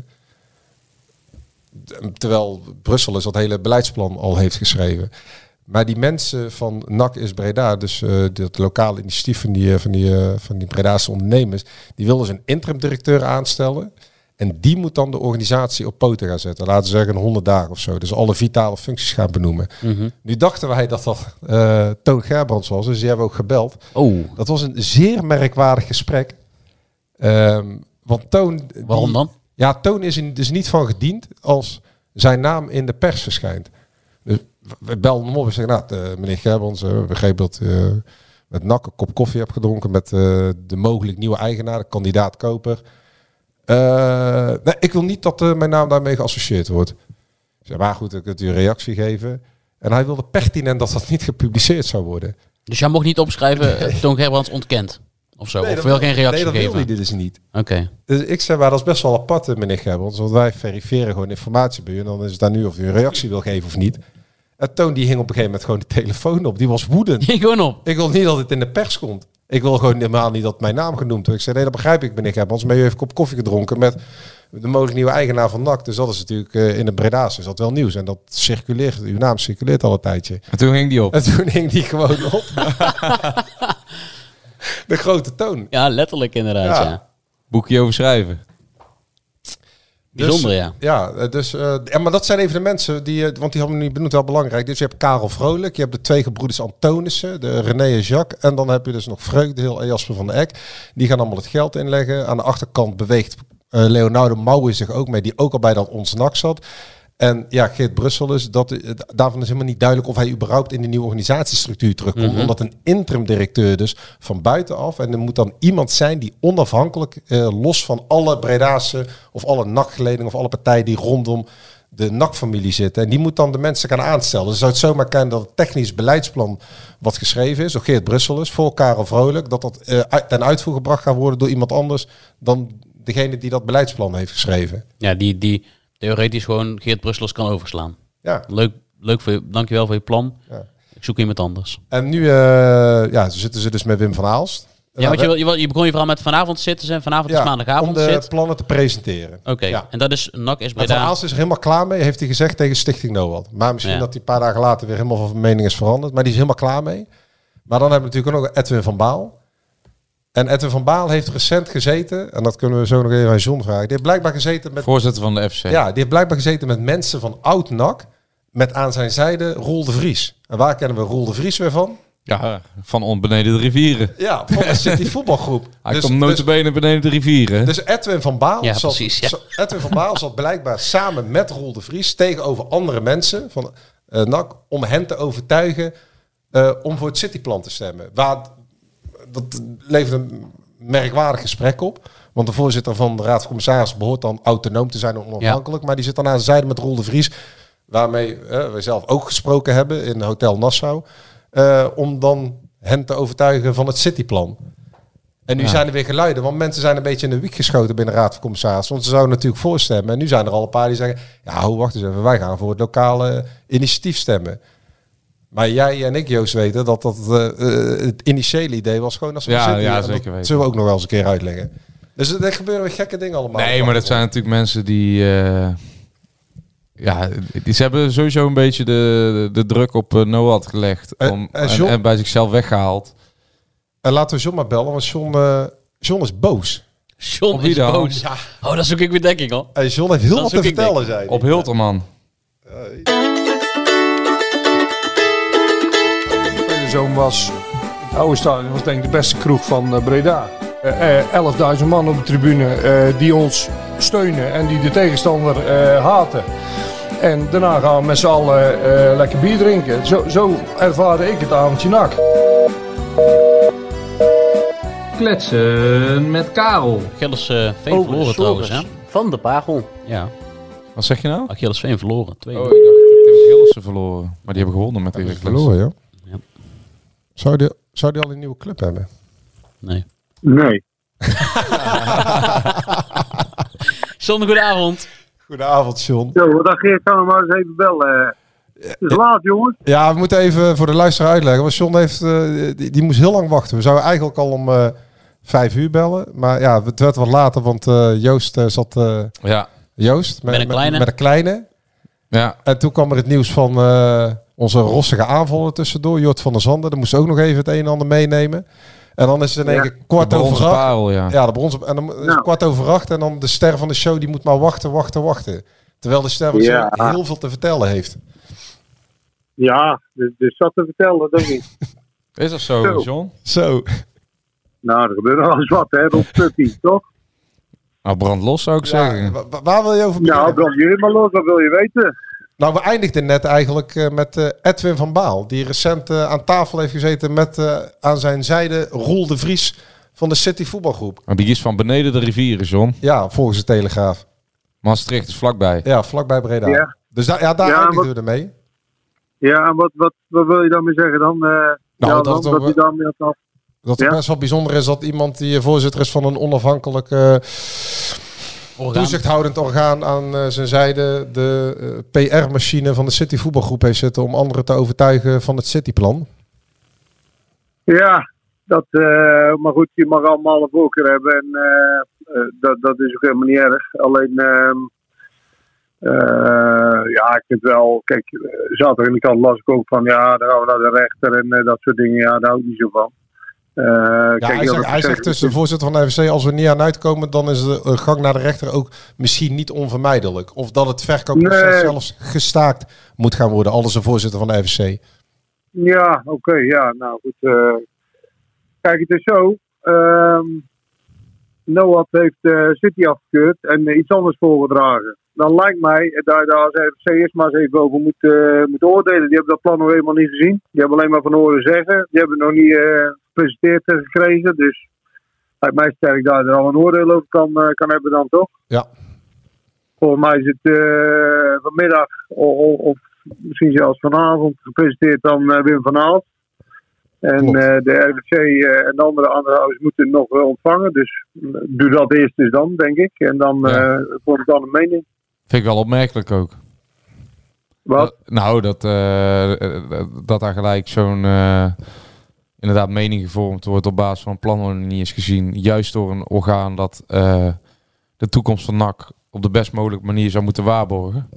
Terwijl Brussel dat hele beleidsplan al heeft geschreven. Maar die mensen van NAC is Breda, dus dat lokale initiatief van die Bredaanse ondernemers, die wilden dus een interim directeur aanstellen. En die moet dan de organisatie op poten gaan zetten. Laten we zeggen 100 dagen of zo. Dus alle vitale functies gaan benoemen. Mm-hmm. Nu dachten wij dat Toon Gerbrands was. Dus die hebben we ook gebeld. Oh. Dat was een zeer merkwaardig gesprek. Want Toon... Waarom dan? Ja, Toon is er dus niet van gediend als zijn naam in de pers verschijnt. Dus we belden hem op en zeggen, meneer Gerbrands, we begrepen dat met NAC een kop koffie hebt gedronken met de mogelijk nieuwe eigenaar, de kandidaat-koper. Nee, ik wil niet dat mijn naam daarmee geassocieerd wordt. Ik zei, maar goed, ik kunt u een reactie geven. En hij wilde pertinent dat dat niet gepubliceerd zou worden. Dus jij mocht niet opschrijven, Toon Gerbrands ontkent? Of zo? Nee, of wil geen reactie geven? Nee, dat geven? wilde hij dus niet. Oké. Dus ik zei, maar dat is best wel apart, meneer Gerbrands. Want wij verifiëren gewoon informatie bij u. En dan is het aan u of u een reactie wil geven of niet. En Toon die hing op een gegeven moment gewoon de telefoon op. Die was woedend. Die gewoon op. Ik wil niet dat het in de pers komt. Ik wil gewoon helemaal niet dat mijn naam genoemd wordt. Ik zei, nee, dat begrijp ik, meneer Gerbrands. Maar u heeft een kop koffie gedronken met de mogelijk nieuwe eigenaar van NAC. Dus dat is natuurlijk in de Breda's is dat wel nieuws. En dat circuleert, uw naam circuleert al een tijdje. En toen ging die op. En toen hing die gewoon op. De grote Toon. Ja, letterlijk inderdaad, ja. Boekje over schrijven. Bijzonder, ja. Ja, dus, maar dat zijn even de mensen, want die hadden we niet benoemd, wel belangrijk. Dus je hebt Karel Vrolijk, je hebt de twee gebroeders Antonissen, de René en Jacques. En dan heb je dus nog Vreugdeheel en Jasper van der Eck. Die gaan allemaal het geld inleggen. Aan de achterkant beweegt Leonardo Mouwen zich ook mee, die ook al bij dat Ons NAC zat. En ja, Geert Brussel is, daarvan is helemaal niet duidelijk of hij überhaupt in de nieuwe organisatiestructuur terugkomt. Mm-hmm. Omdat een interim directeur dus van buitenaf. En er moet dan iemand zijn die onafhankelijk, los van alle Bredaanse of alle NAC-geledingen of alle partijen die rondom de NAC-familie zitten. En die moet dan de mensen gaan aanstellen. Dus zou het zomaar kunnen dat het technisch beleidsplan wat geschreven is door Geert Brussel is voor Karel Vrolijk, dat ten uitvoer gebracht gaat worden door iemand anders dan degene die dat beleidsplan heeft geschreven. Ja, die theoretisch gewoon Geert Brusselers kan overslaan. Ja. Leuk voor je, dankjewel voor je plan. Ja. Ik zoek iemand anders. En nu zitten ze dus met Wim van Aalst. Ja, want je begon je verhaal met vanavond zitten ze. Vanavond is maandagavond. Om de plannen te presenteren. Oké. Ja. En dat is NAC is Breda. Van Aalst is er helemaal klaar mee, heeft hij gezegd tegen Stichting NOAD. Maar misschien dat hij een paar dagen later weer helemaal van mening is veranderd. Maar die is helemaal klaar mee. Maar dan hebben we natuurlijk ook nog Edwin van Baal. En Edwin van Baal heeft recent gezeten, en dat kunnen we zo nog even aan John vragen. Die heeft blijkbaar gezeten met... Voorzitter van de FC. Ja, die heeft blijkbaar gezeten met mensen van oud NAC, met aan zijn zijde Roel de Vries. En waar kennen we Roel de Vries weer van? Ja, van beneden de rivieren. Ja, van de City voetbalgroep. Hij komt notabene beneden de rivieren. Dus Edwin van Baal, Edwin van Baal zat blijkbaar samen met Roel de Vries tegenover andere mensen van NAC om hen te overtuigen om voor het Cityplan te stemmen. Dat levert een merkwaardig gesprek op. Want de voorzitter van de Raad van Commissarissen behoort dan autonoom te zijn en onafhankelijk. Ja. Maar die zit dan aan zijn zijde met Roel de Vries. Waarmee wij zelf ook gesproken hebben in Hotel Nassau. Om dan hen te overtuigen van het Cityplan. En nu zijn er weer geluiden. Want mensen zijn een beetje in de wiek geschoten binnen de Raad van Commissarissen. Want ze zouden natuurlijk voorstemmen. En nu zijn er al een paar die zeggen... Ja, wacht eens even. Wij gaan voor het lokale initiatief stemmen. Maar jij en ik, Joost, weten dat het initiële idee was gewoon als we zitten. Ja, zeker weten. Dat zullen we ook nog wel eens een keer uitleggen. Dus er gebeuren weer gekke dingen allemaal. Nee, maar dat zijn natuurlijk mensen die... ze hebben sowieso een beetje de druk op NOAD gelegd. En bij zichzelf weggehaald. En laten we John maar bellen, want John is boos. John is boos. Ja. Oh, dat zoek ik weer dekking, hoor. Hey, John heeft heel wat te vertellen, zei hij. Op Hilterman. Zoon was, het oude stadion was denk ik de beste kroeg van Breda. 11.000 man op de tribune die ons steunen en die de tegenstander haten. En daarna gaan we met z'n allen lekker bier drinken. Zo ervaarde ik het avondje NAC. Kletsen met Karel. Achillesveen verloren trouwens, hè? Van de Pagel. Ja. Wat zeg je nou? Achillesveen verloren. 2-0. Oh, ik dacht Tim Gillissen verloren. Maar die hebben gewonnen met de verloren, ja. Zou die al een nieuwe club hebben? Nee. John, goedenavond. Goedenavond, John. Zo, dag Geert, kan hem maar eens even bellen. Het is laat, jongens. Ja, we moeten even voor de luisteraar uitleggen. Want John heeft, die moest heel lang wachten. We zouden eigenlijk al om 5 uur bellen. Maar ja, het werd wat later, want Joost zat... Joost, met een kleine. Ja. En toen kwam er het nieuws van onze rossige aanvaller tussendoor. Jort van der Zanden. Daar moest ook nog even het een en ander meenemen. En dan is het in één keer kwart over 8. Parel, ja, de bronzen. En dan is het kwart over 8. En dan de ster van de show, die moet maar wachten. Terwijl de ster van de show heel veel te vertellen heeft. Ja, dus zat te vertellen, dat niet. Is dat zo, John? Zo. Nou, er gebeurt nog wel eens wat, hè, rond Putty, toch? Nou, brand los zou ik zeggen. Waar wil je over beginnen? Nou, brand jullie maar los, wat wil je weten? Nou, we eindigden net eigenlijk met Edwin van Baal. Die recent aan tafel heeft gezeten met aan zijn zijde Roel de Vries van de City voetbalgroep. Maar die is van beneden de rivieren, John. Ja, volgens de Telegraaf. Maastricht is vlakbij. Ja, vlakbij Breda. Ja. Dus daar eindigden we ermee. Ja, en wat wil je dan mee zeggen dan? Dat hij daarmee had af. Dat het best wel bijzonder is dat iemand die voorzitter is van een onafhankelijk toezichthoudend orgaan aan zijn zijde de PR-machine van de City voetbalgroep heeft zitten om anderen te overtuigen van het Cityplan. Ja, maar goed, je mag allemaal een voorkeur hebben en dat is ook helemaal niet erg. Alleen, ik vind wel, kijk, zaterdag in de kant las ik ook van, ja, dan gaan we naar de rechter en dat soort dingen, ja, daar hou ik niet zo van. Hij zegt tussen de voorzitter van de FVC, als we niet aan uitkomen, dan is de gang naar de rechter ook misschien niet onvermijdelijk. Of dat het verkoopproces zelfs gestaakt moet gaan worden, alles de voorzitter van de FVC. Ja, oké, ja, nou goed. Kijk, het is zo. Noah heeft City afgekeurd en iets anders voorgedragen. Dan lijkt mij dat je daar als FVC eerst maar eens even over moet oordelen. Die hebben dat plan nog helemaal niet gezien. Die hebben alleen maar van horen zeggen. Die hebben het nog niet gepresenteerd gekregen. Dus lijkt mij sterk dat je er al een oordeel over kan hebben dan toch? Ja. Volgens mij is het vanmiddag of misschien zelfs vanavond gepresenteerd dan Wim van Aalst. En de RVC en de andere aandeelhouders moeten nog wel ontvangen. Dus doe dat eerst eens dan, denk ik. En dan word ik dan een mening. Vind ik wel opmerkelijk ook. Wat? Dat daar gelijk zo'n inderdaad mening gevormd wordt op basis van een plan wat niet is gezien. Juist door een orgaan dat de toekomst van NAC op de best mogelijke manier zou moeten waarborgen.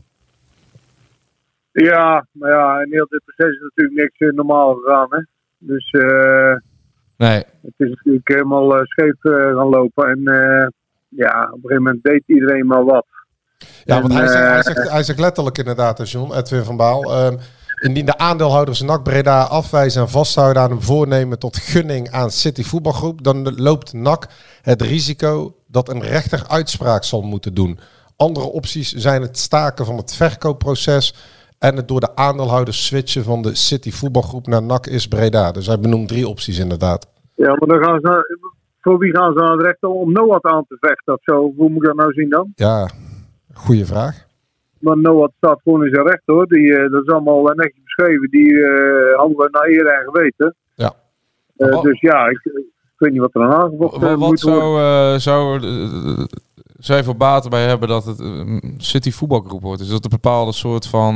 Ja, maar ja, in heel dit proces is natuurlijk niks normaal gegaan, hè. Dus nee. Het is natuurlijk helemaal scheef gaan lopen. En op een gegeven moment deed iedereen maar wat. Ja, want hij zegt letterlijk inderdaad, John, Edwin van Baal. Indien de aandeelhouders NAC Breda afwijzen en vasthouden aan een voornemen tot gunning aan City voetbalgroep, dan loopt NAC het risico dat een rechter uitspraak zal moeten doen. Andere opties zijn het staken van het verkoopproces en het door de aandeelhouders switchen van de City voetbalgroep naar NAC is Breda. Dus hij benoemt 3 opties inderdaad. Ja, maar dan gaan ze voor wie gaan ze naar het rechter om Noah aan te vechten of zo? Hoe moet ik dat nou zien dan? Ja, goede vraag. Maar Noah staat gewoon in zijn recht hoor. Dat is allemaal netjes beschreven. Die handelen naar eer en geweten. Ja. Dus ja, ik weet niet wat er aan aangevochten moet worden. Zou je voor baten bij hebben dat het City voetbalgroep wordt? Is dat een bepaalde soort van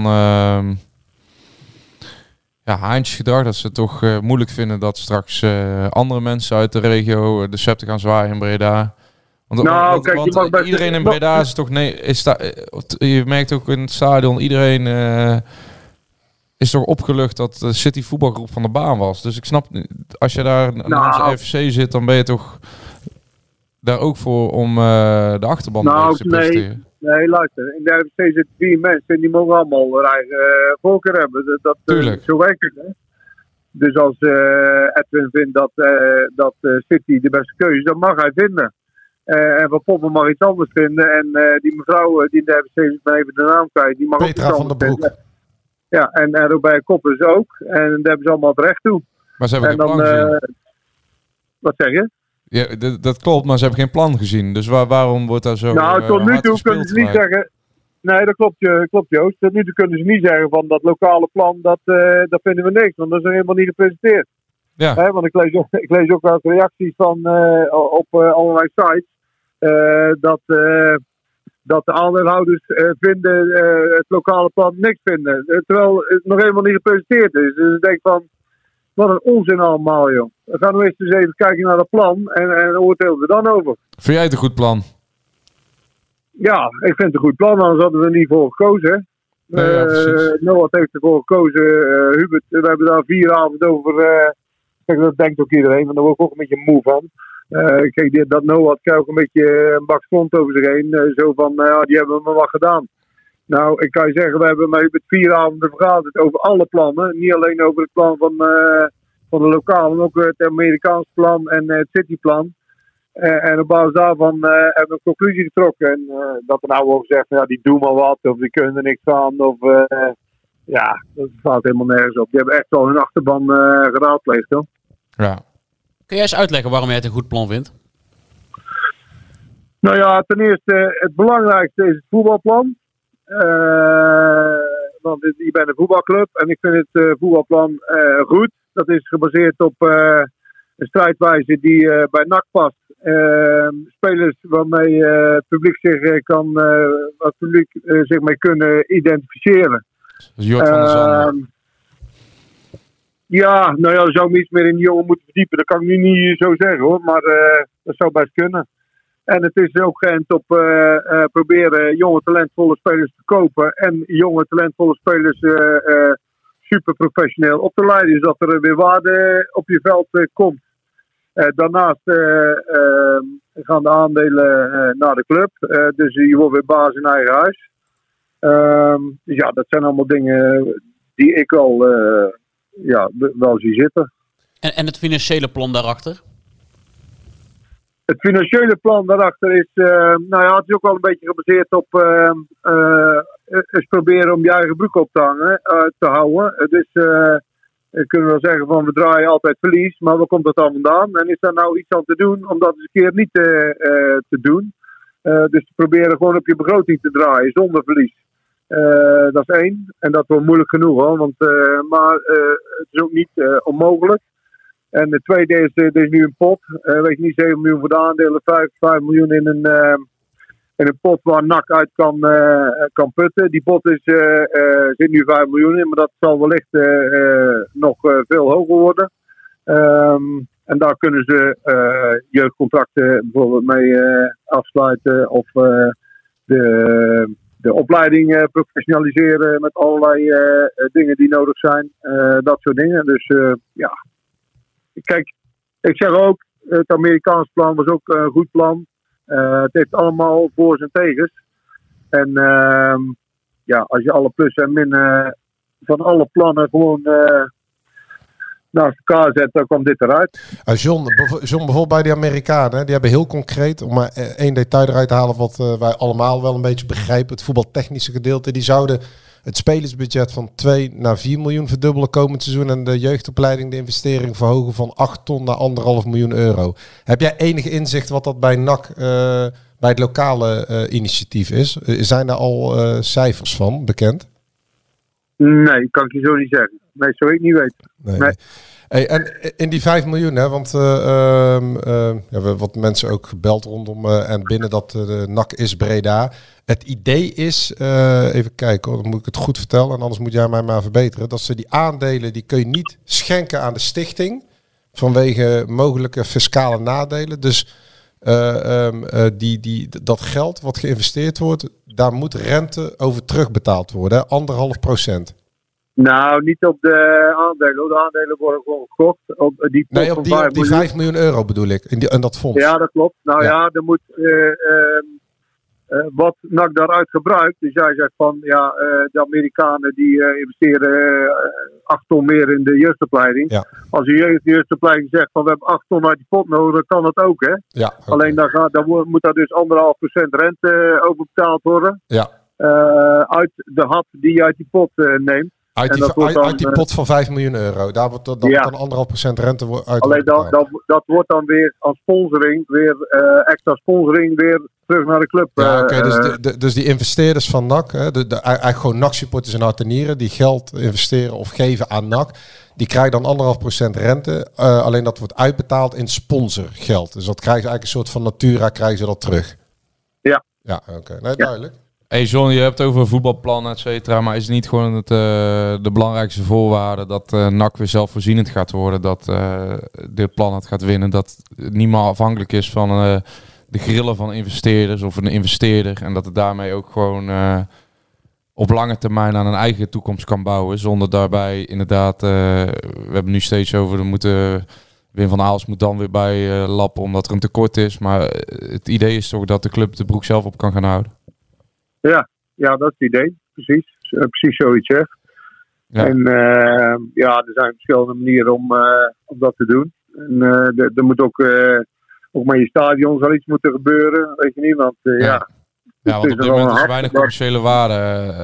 haantjesgedrag? Dat ze het toch moeilijk vinden dat straks andere mensen uit de regio de scepter gaan zwaaien in Breda? Want iedereen in Breda is toch... je merkt ook in het stadion, iedereen is toch opgelucht dat de City voetbalgroep van de baan was. Dus ik snap, als je daar namens FVC zit, dan ben je toch daar ook voor om de achterban te presteren. Nee, luister. In de RVC zitten 4 mensen en die mogen allemaal hun eigen voorkeur hebben. Tuurlijk. Zo werkt het, hè. Dus als Edwin vindt dat City de beste keuze is, dan mag hij vinden. En Van Poppen mag iets anders vinden. En die mevrouw die in de RVC zit, maar even de naam kwijt, die mag Petra ook iets anders vinden. Ja, en Robert Koppers ook. En daar hebben ze allemaal het recht toe. Maar ze hebben geen plan gezien. Wat zeg je? Ja, dat klopt, maar ze hebben geen plan gezien. Dus waarom wordt daar zo tot nu toe kunnen ze niet zeggen... Nee, dat klopt Joost. Tot nu toe kunnen ze niet zeggen van dat lokale plan, dat vinden we niks. Want dat is nog helemaal niet gepresenteerd. Ja. Want ik lees ook wel reacties van op allerlei sites. Dat de aandeelhouders vinden het lokale plan niks vinden. Terwijl het nog helemaal niet gepresenteerd is. Dus ik denk van, wat een onzin allemaal, joh. We gaan nu eens even kijken naar dat plan en oordelen we dan over. Vind jij het een goed plan? Ja, ik vind het een goed plan, anders hadden we er niet voor gekozen. Noah heeft ervoor gekozen. Hubert, we hebben daar 4 avonden over. Kijk, dat denkt ook iedereen, maar daar word ik ook een beetje moe van. Kijk, dat Noah krijgt ook een beetje een bak stront over zich heen. Zo van, die hebben maar wat gedaan. Nou, ik kan je zeggen, we hebben met 4 avonden vergaderd over alle plannen. Niet alleen over het plan van de lokale, ook het Amerikaans plan en het Cityplan. En op basis daarvan hebben we een conclusie getrokken. En dat er nou wordt gezegd, ja, die doen maar wat, of die kunnen er niks aan. Of, ja, dat staat helemaal nergens op. Die hebben echt al hun achterban geraadpleegd, hoor. Ja. Kun jij eens uitleggen waarom jij het een goed plan vindt? Nou ja, ten eerste, het belangrijkste is het voetbalplan. Want je bent een voetbalclub en ik vind het voetbalplan goed. Dat is gebaseerd op een strijdwijze die bij NAC past. Spelers waarmee het publiek zich mee kunnen identificeren. Jort van der Zanden. Ja, nou ja, dan zou ik me iets meer in die jongen moeten verdiepen. Dat kan ik nu niet zo zeggen, hoor. Maar dat zou best kunnen. En het is ook geënt op proberen jonge talentvolle spelers te kopen. En jonge talentvolle spelers super professioneel op te leiden. Dus dat er weer waarde op je veld komt. Daarnaast gaan de aandelen naar de club. Dus je wordt weer baas in eigen huis. Dus ja, dat zijn allemaal dingen die ik wel zie zitten. En het financiële plan daarachter? Het financiële plan daarachter is, het is ook wel een beetje gebaseerd op eens proberen om je eigen broek op te houden. Dus kunnen we wel zeggen van we draaien altijd verlies, maar waar komt dat dan vandaan? En is daar nou iets aan te doen om dat eens een keer niet te doen? Dus te proberen gewoon op je begroting te draaien zonder verlies. Dat is 1. En dat wordt moeilijk genoeg, hoor. Maar het is ook niet onmogelijk. En de tweede is, er is nu een pot. Weet je niet, 7 miljoen voor de aandelen, 5 miljoen in een pot waar NAC uit kan putten. Die pot zit nu 5 miljoen in, maar dat zal wellicht nog veel hoger worden. En daar kunnen ze jeugdcontracten bijvoorbeeld mee afsluiten of de opleiding professionaliseren met allerlei dingen die nodig zijn. Dat soort dingen. Dus ja. Kijk, ik zeg ook, het Amerikaans plan was ook een goed plan. Het heeft allemaal voor's en tegens. En als je alle plussen en minnen van alle plannen gewoon naast elkaar zet, dan kwam dit eruit. John, bijvoorbeeld bij die Amerikanen, die hebben heel concreet, om maar 1 detail eruit te halen wat wij allemaal wel een beetje begrijpen, het voetbaltechnische gedeelte, die zouden het spelersbudget van 2 naar 4 miljoen verdubbelen komend seizoen en de jeugdopleiding de investering verhogen van 8 ton naar 1,5 miljoen euro. Heb jij enige inzicht wat dat bij NAC, bij het lokale initiatief is? Zijn daar al cijfers van bekend? Nee, kan ik je zo niet zeggen. Nee, zou ik niet weten. Nee. Hey, en in die 5 miljoen, hè, want we hebben wat mensen ook gebeld rondom en binnen dat NAC is Breda. Het idee is, even kijken hoor, dan moet ik het goed vertellen en anders moet jij mij maar verbeteren. Dat ze die aandelen, die kun je niet schenken aan de stichting vanwege mogelijke fiscale nadelen. Dus dat geld wat geïnvesteerd wordt, daar moet rente over terugbetaald worden, 1,5%. Nou, niet op de aandelen. De aandelen worden gewoon gekocht. Op die 5 miljoen euro bedoel ik. In dat fonds. Ja, dat klopt. Nou ja, er moet wat NAC daaruit gebruikt. Dus jij zegt van, de Amerikanen die investeren 8 ton meer in de jeugdopleiding. Ja. Als de jeugdopleiding zegt van we hebben 8 ton uit die pot nodig, dan kan dat ook, hè? Ja, okay. Alleen dan moet daar dus 1,5% rente over betaald worden. Ja. Uit de hap die je uit die pot neemt. Uit die pot van 5 miljoen euro. Daar wordt dan 1,5% rente uit. Alleen dat wordt dan weer als sponsoring, extra sponsoring, weer terug naar de club. Ja, dus die investeerders van NAC, eigenlijk gewoon NAC-supporters in hart en nieren, die geld investeren of geven aan NAC, die krijgen dan 1,5% rente. Alleen dat wordt uitbetaald in sponsorgeld. Dus dat krijgen ze eigenlijk een soort van Natura, krijgen ze dat terug. Ja. Ja, oké. Nee, duidelijk. Hey John, je hebt over voetbalplannen, et cetera, maar is het niet gewoon de belangrijkste voorwaarde dat NAC weer zelfvoorzienend gaat worden, dat dit plan het gaat winnen, dat het niet meer afhankelijk is van de grillen van investeerders of een investeerder en dat het daarmee ook gewoon op lange termijn aan een eigen toekomst kan bouwen, zonder daarbij inderdaad, we hebben nu steeds over, Wim van Aals moet dan weer bij lappen omdat er een tekort is, maar het idee is toch dat de club de broek zelf op kan gaan houden. Ja, dat is het idee. Precies zoiets, hè. Ja. En er zijn verschillende manieren om dat te doen. En er moet ook met je stadions wel iets moeten gebeuren, weet je niet, want Ja, want op dit moment is er weinig commerciële waarde.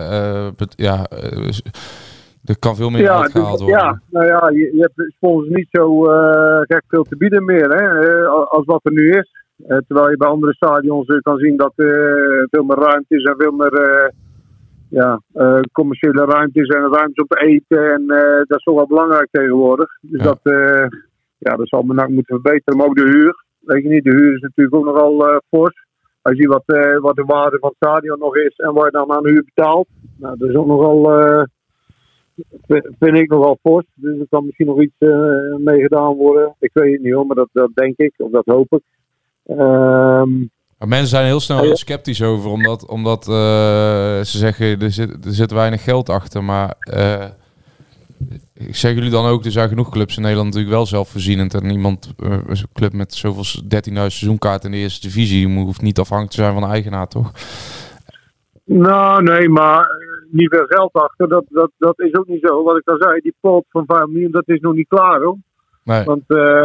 Er kan veel meer uitgehaald worden. Ja, nou ja, je hebt volgens niet zo gek veel te bieden meer, hè, als wat er nu is. Terwijl je bij andere stadions kan zien dat veel meer ruimte is en veel meer commerciële ruimte is en ruimte om te eten. En dat is toch wel belangrijk tegenwoordig. Dus dat zal men moeten verbeteren. Maar ook de huur. Weet je niet, de huur is natuurlijk ook nogal fors. Als je ziet wat de waarde van het stadion nog is en wat je dan aan de huur betaalt. Nou, dat is ook nogal, vind ik nogal fors. Dus er kan misschien nog iets mee gedaan worden. Ik weet het niet hoor, maar dat denk ik, of dat hoop ik. Maar mensen zijn heel snel heel sceptisch over, omdat ze zeggen er zit weinig geld achter. Maar zeggen jullie dan ook, er zijn genoeg clubs in Nederland natuurlijk wel zelfvoorzienend. En een club met zoveel 13.000 seizoenkaarten in de eerste divisie hoeft niet afhankelijk te zijn van de eigenaar, toch? Nou, nee, maar niet veel geld achter. Dat is ook niet zo. Wat ik al zei, die pot van 5 miljoen, dat is nog niet klaar hoor. Nee. Want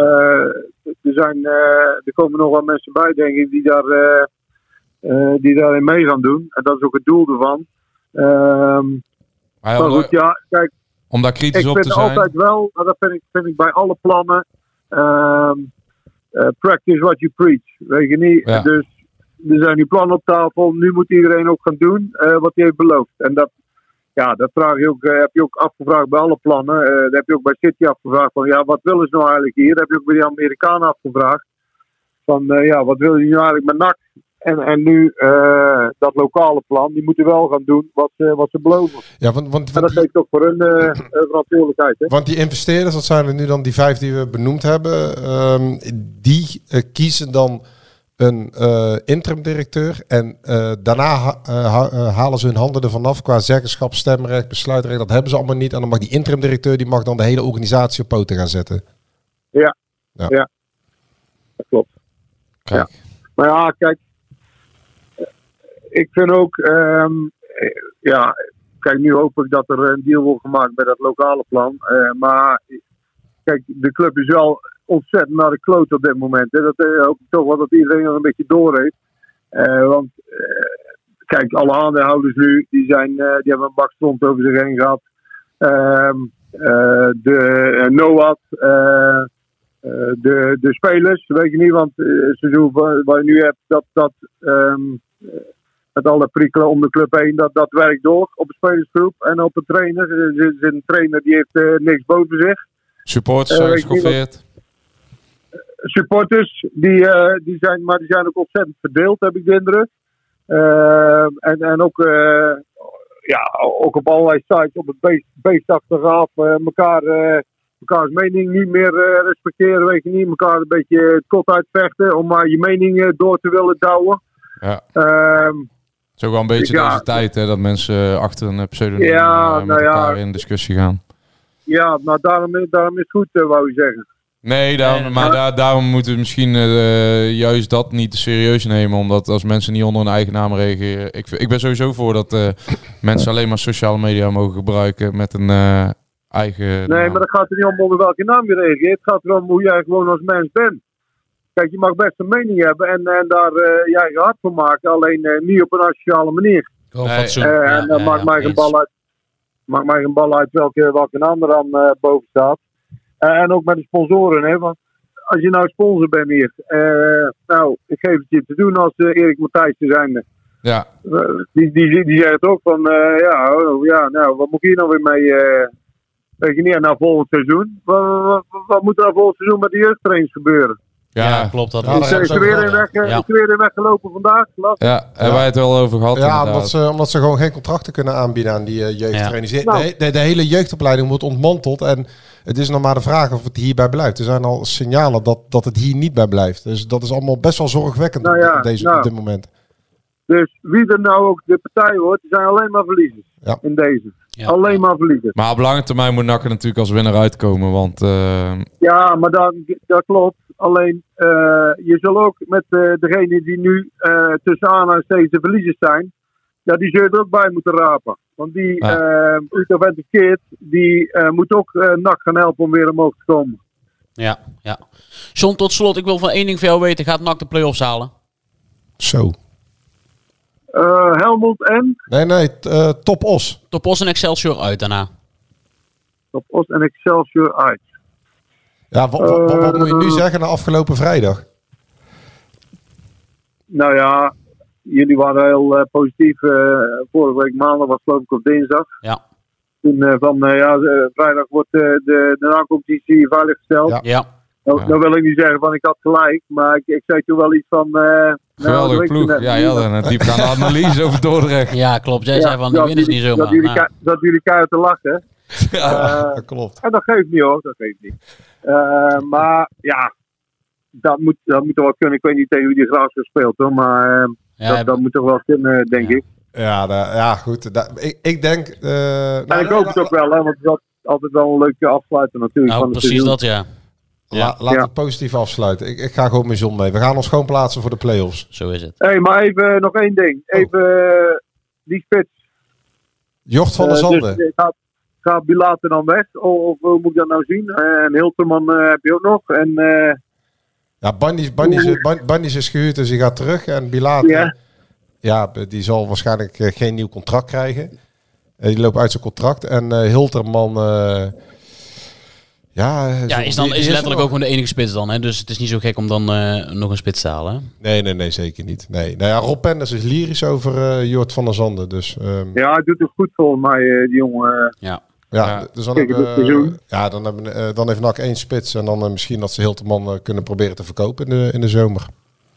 er komen nog wel mensen bij, denk ik, die daarin mee gaan doen. En dat is ook het doel ervan. Maar goed, ja, kijk. Om daar kritisch op te zijn. Ik vind altijd wel, dat vind ik bij alle plannen, practice what you preach. Weet je niet? Ja. Dus er zijn nu plannen op tafel. Nu moet iedereen ook gaan doen wat hij heeft beloofd. En dat vraag je ook, heb je ook afgevraagd bij alle plannen. Dat heb je ook bij City afgevraagd. Van ja, wat willen ze nou eigenlijk hier? Dat heb je ook bij de Amerikanen afgevraagd. Van wat willen ze nu eigenlijk met NAC? En nu dat lokale plan, die moeten wel gaan doen wat ze beloven. Ja, want en dat geeft ook voor hun verantwoordelijkheid. Hè? Want die investeerders, dat zijn er nu dan die 5 die we benoemd hebben, die kiezen dan een interim directeur en daarna halen ze hun handen ervan af qua zeggenschap, stemrecht, besluitrecht. Dat hebben ze allemaal niet. En dan mag die interim directeur die mag dan de hele organisatie op poten gaan zetten. Ja. Dat klopt. Kijk. Ja. Maar ja, kijk. Ik vind ook, kijk, nu hoop ik dat er een deal wordt gemaakt bij dat lokale plan. Maar kijk, de club is wel ontzettend naar de kloot op dit moment. Hè. Dat hoop ik toch wel dat iedereen nog een beetje door heeft. Want kijk, alle aandeelhouders nu, die hebben een bak stront over zich heen gehad. De NOAD, de spelers, weet je niet, want het seizoen wat je nu hebt, met alle prikkelen om de club heen, dat werkt door op de spelersgroep en op de trainer. Er is een trainer die heeft niks boven zich. Supporters zijn geschoffeerd. Supporters, die zijn ook ontzettend verdeeld, heb ik de indruk. En ook, ook op allerlei sites op het beest achteraf mekaars mening niet meer respecteren, weet je niet. Mekaar een beetje het kot uitvechten om maar je mening door te willen douwen. Ja. Het is ook wel een beetje deze tijd, hè, dat mensen achter een pseudoniem met elkaar in discussie gaan. Ja, maar daarom is het goed, wou je zeggen. Nee, daarom moeten we misschien juist dat niet te serieus nemen. Omdat als mensen niet onder hun eigen naam reageren. Ik ben sowieso voor dat mensen alleen maar sociale media mogen gebruiken met een eigen Nee, naam. maar dat gaat er niet om onder welke naam je reageert. Het gaat erom hoe jij gewoon als mens bent. Kijk, je mag best een mening hebben en daar je eigen hart voor maken. Alleen niet op een asociale manier. En dan maakt mij geen bal uit welke naam er dan boven staat. En ook met de sponsoren. Hè, want als je nou sponsor bent hier. Ik geef het je te doen als Erik Matthijs te zijn. Ja. Die zegt ook van, wat moet ik hier nou weer mee? Weet je niet, naar volgend seizoen. Wat moet er nou volgend seizoen met de jeugdtrainers gebeuren? Ja, klopt. Dat is er weer in weggelopen vandaag? Ja, hebben wij het wel over gehad. Ja, omdat ze gewoon geen contracten kunnen aanbieden aan die jeugdtrainers. Ja. De hele jeugdopleiding wordt ontmanteld. En het is nog maar de vraag of het hierbij blijft. Er zijn al signalen dat het hier niet bij blijft. Dus dat is allemaal best wel zorgwekkend op dit moment. Dus wie er nou ook de partij wordt, die zijn alleen maar verliezers in deze. Ja. Alleen maar verliezers. Maar op lange termijn moet NAC er natuurlijk als winnaar uitkomen. Want, Ja, maar dat klopt. Alleen, je zal ook met degenen die nu tussen aanhalingstekens de verliezers zijn, die zullen er ook bij moeten rapen. Want die Uto Venterkeert, die moet ook NAC gaan helpen om weer omhoog te komen. Ja. John, tot slot, ik wil van één ding van jou weten. Gaat NAC de play-offs halen? Zo. Helmond en? Nee, Top Os. Top Os en Excelsior uit daarna. Top Os en Excelsior uit. Ja, wat moet je nu zeggen na afgelopen vrijdag? Nou ja, jullie waren heel positief. Vorige week maandag was geloof ik op dinsdag. Ja. Toen vrijdag wordt de na-competitie veiliggesteld. Ja. Nou wil ik niet zeggen van ik had gelijk, maar ik zei toen wel iets van... Geweldige ploeg. Ja, je had een diepgaande analyse over Dordrecht. Ja, klopt. Jij zei van, die winnen ze niet zomaar. Dat jullie keihard te lachen. Dat klopt. En dat geeft niet hoor, dat geeft niet. Maar ja, dat moet er wel kunnen. Ik weet niet tegen wie die graag speelt hoor, maar dat moet toch wel kunnen, denk ik. Ja, goed. Ik denk... en ik hoop het ook wel, hè, want het is altijd wel een leuke afsluiter natuurlijk. Nou, van precies seizoen. dat, ja. Laten we positief afsluiten. Ik ga gewoon met John mee. We gaan ons gewoon plaatsen voor de play-offs. Zo is het. Hey, maar even nog één ding. Even die spits. Jort van der Zanden. Dus, gaat Bilater dan weg? Of hoe moet ik dat nou zien? En Hilterman heb je ook nog. En, ja, Bandies is gehuurd, dus hij gaat terug. En Bilater, die zal waarschijnlijk geen nieuw contract krijgen. Die loopt uit zijn contract. En Hilterman... is letterlijk ook gewoon de enige spits dan. Hè? Dus het is niet zo gek om dan nog een spits te halen. Hè? Nee, zeker niet. Nee. Nou ja, Rob Penders is lyrisch over Jort van der Zanden. Dus, ja, hij doet het goed volgens mij, die jongen. Dus dan heeft NAC 1 spits. En dan misschien dat ze Hilterman kunnen proberen te verkopen in de zomer.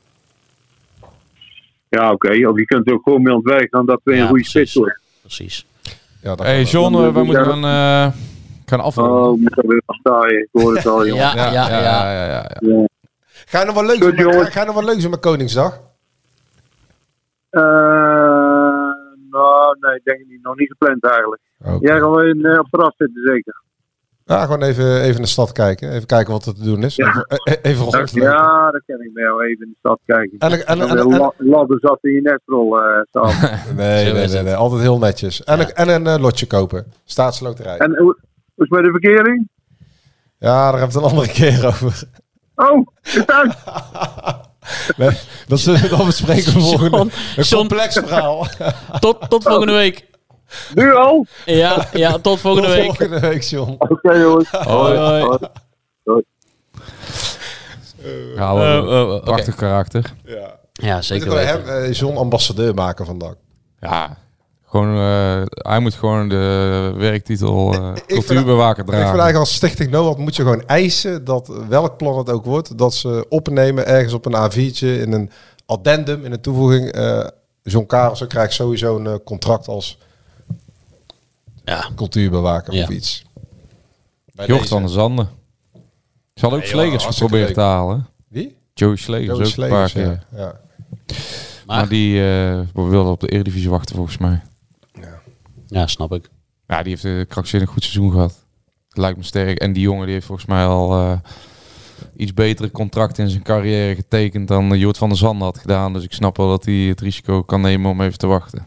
Ja, oké. Of je kunt ook gewoon mee aan het werk gaan dat we een goede spits worden. Precies. Ja, hey John, we moeten gaan afronden. Oh, moet er weer van staan. Ik hoor het al, jongen. Ja. Ga je nog wat leuks doen met Koningsdag? Nee, denk ik niet. Nog niet gepland eigenlijk. Okay. Jij gaat wel op het terras zitten, zeker? Ja, gewoon even in de stad kijken. Even kijken wat er te doen is. Ja. Even rondlopen. Ja, dat ken ik wel. Even in de stad kijken. En ladder zat in je nestrol samen. Nee. Altijd heel netjes. En een lotje kopen. Staatsloterij. En hoe is het met de verkering? Ja, daar hebben we het een andere keer over. Oh, is dat? Nee, dat zullen we dan bespreken volgende. Een complex verhaal. Tot volgende week. Nu al? Ja, tot volgende week. Tot volgende week, John. Oké, jongens. Hoi. Prachtig karakter. Ja, zeker. We hem John ambassadeur maken vandaag. Ja, gewoon, hij moet gewoon de werktitel cultuurbewaker dragen. Ik vind eigenlijk als Stichting NOAD moet je gewoon eisen dat welk plan het ook wordt, dat ze opnemen ergens op een A4'tje in een addendum, in een toevoeging. John Karelsen krijgt sowieso een contract als cultuurbewaker of iets. Jort van der Zanden. Ze hadden ook Slegers geprobeerd te halen. Wie? Joey Slegers ook een paar keer. Ja. Maar die wilde op de Eredivisie wachten volgens mij. Ja, snap ik. Ja, die heeft een krankzinnig goed seizoen gehad. Lijkt me sterk. En die jongen die heeft volgens mij al iets betere contracten in zijn carrière getekend dan Jort van der Zanden had gedaan. Dus ik snap wel dat hij het risico kan nemen om even te wachten.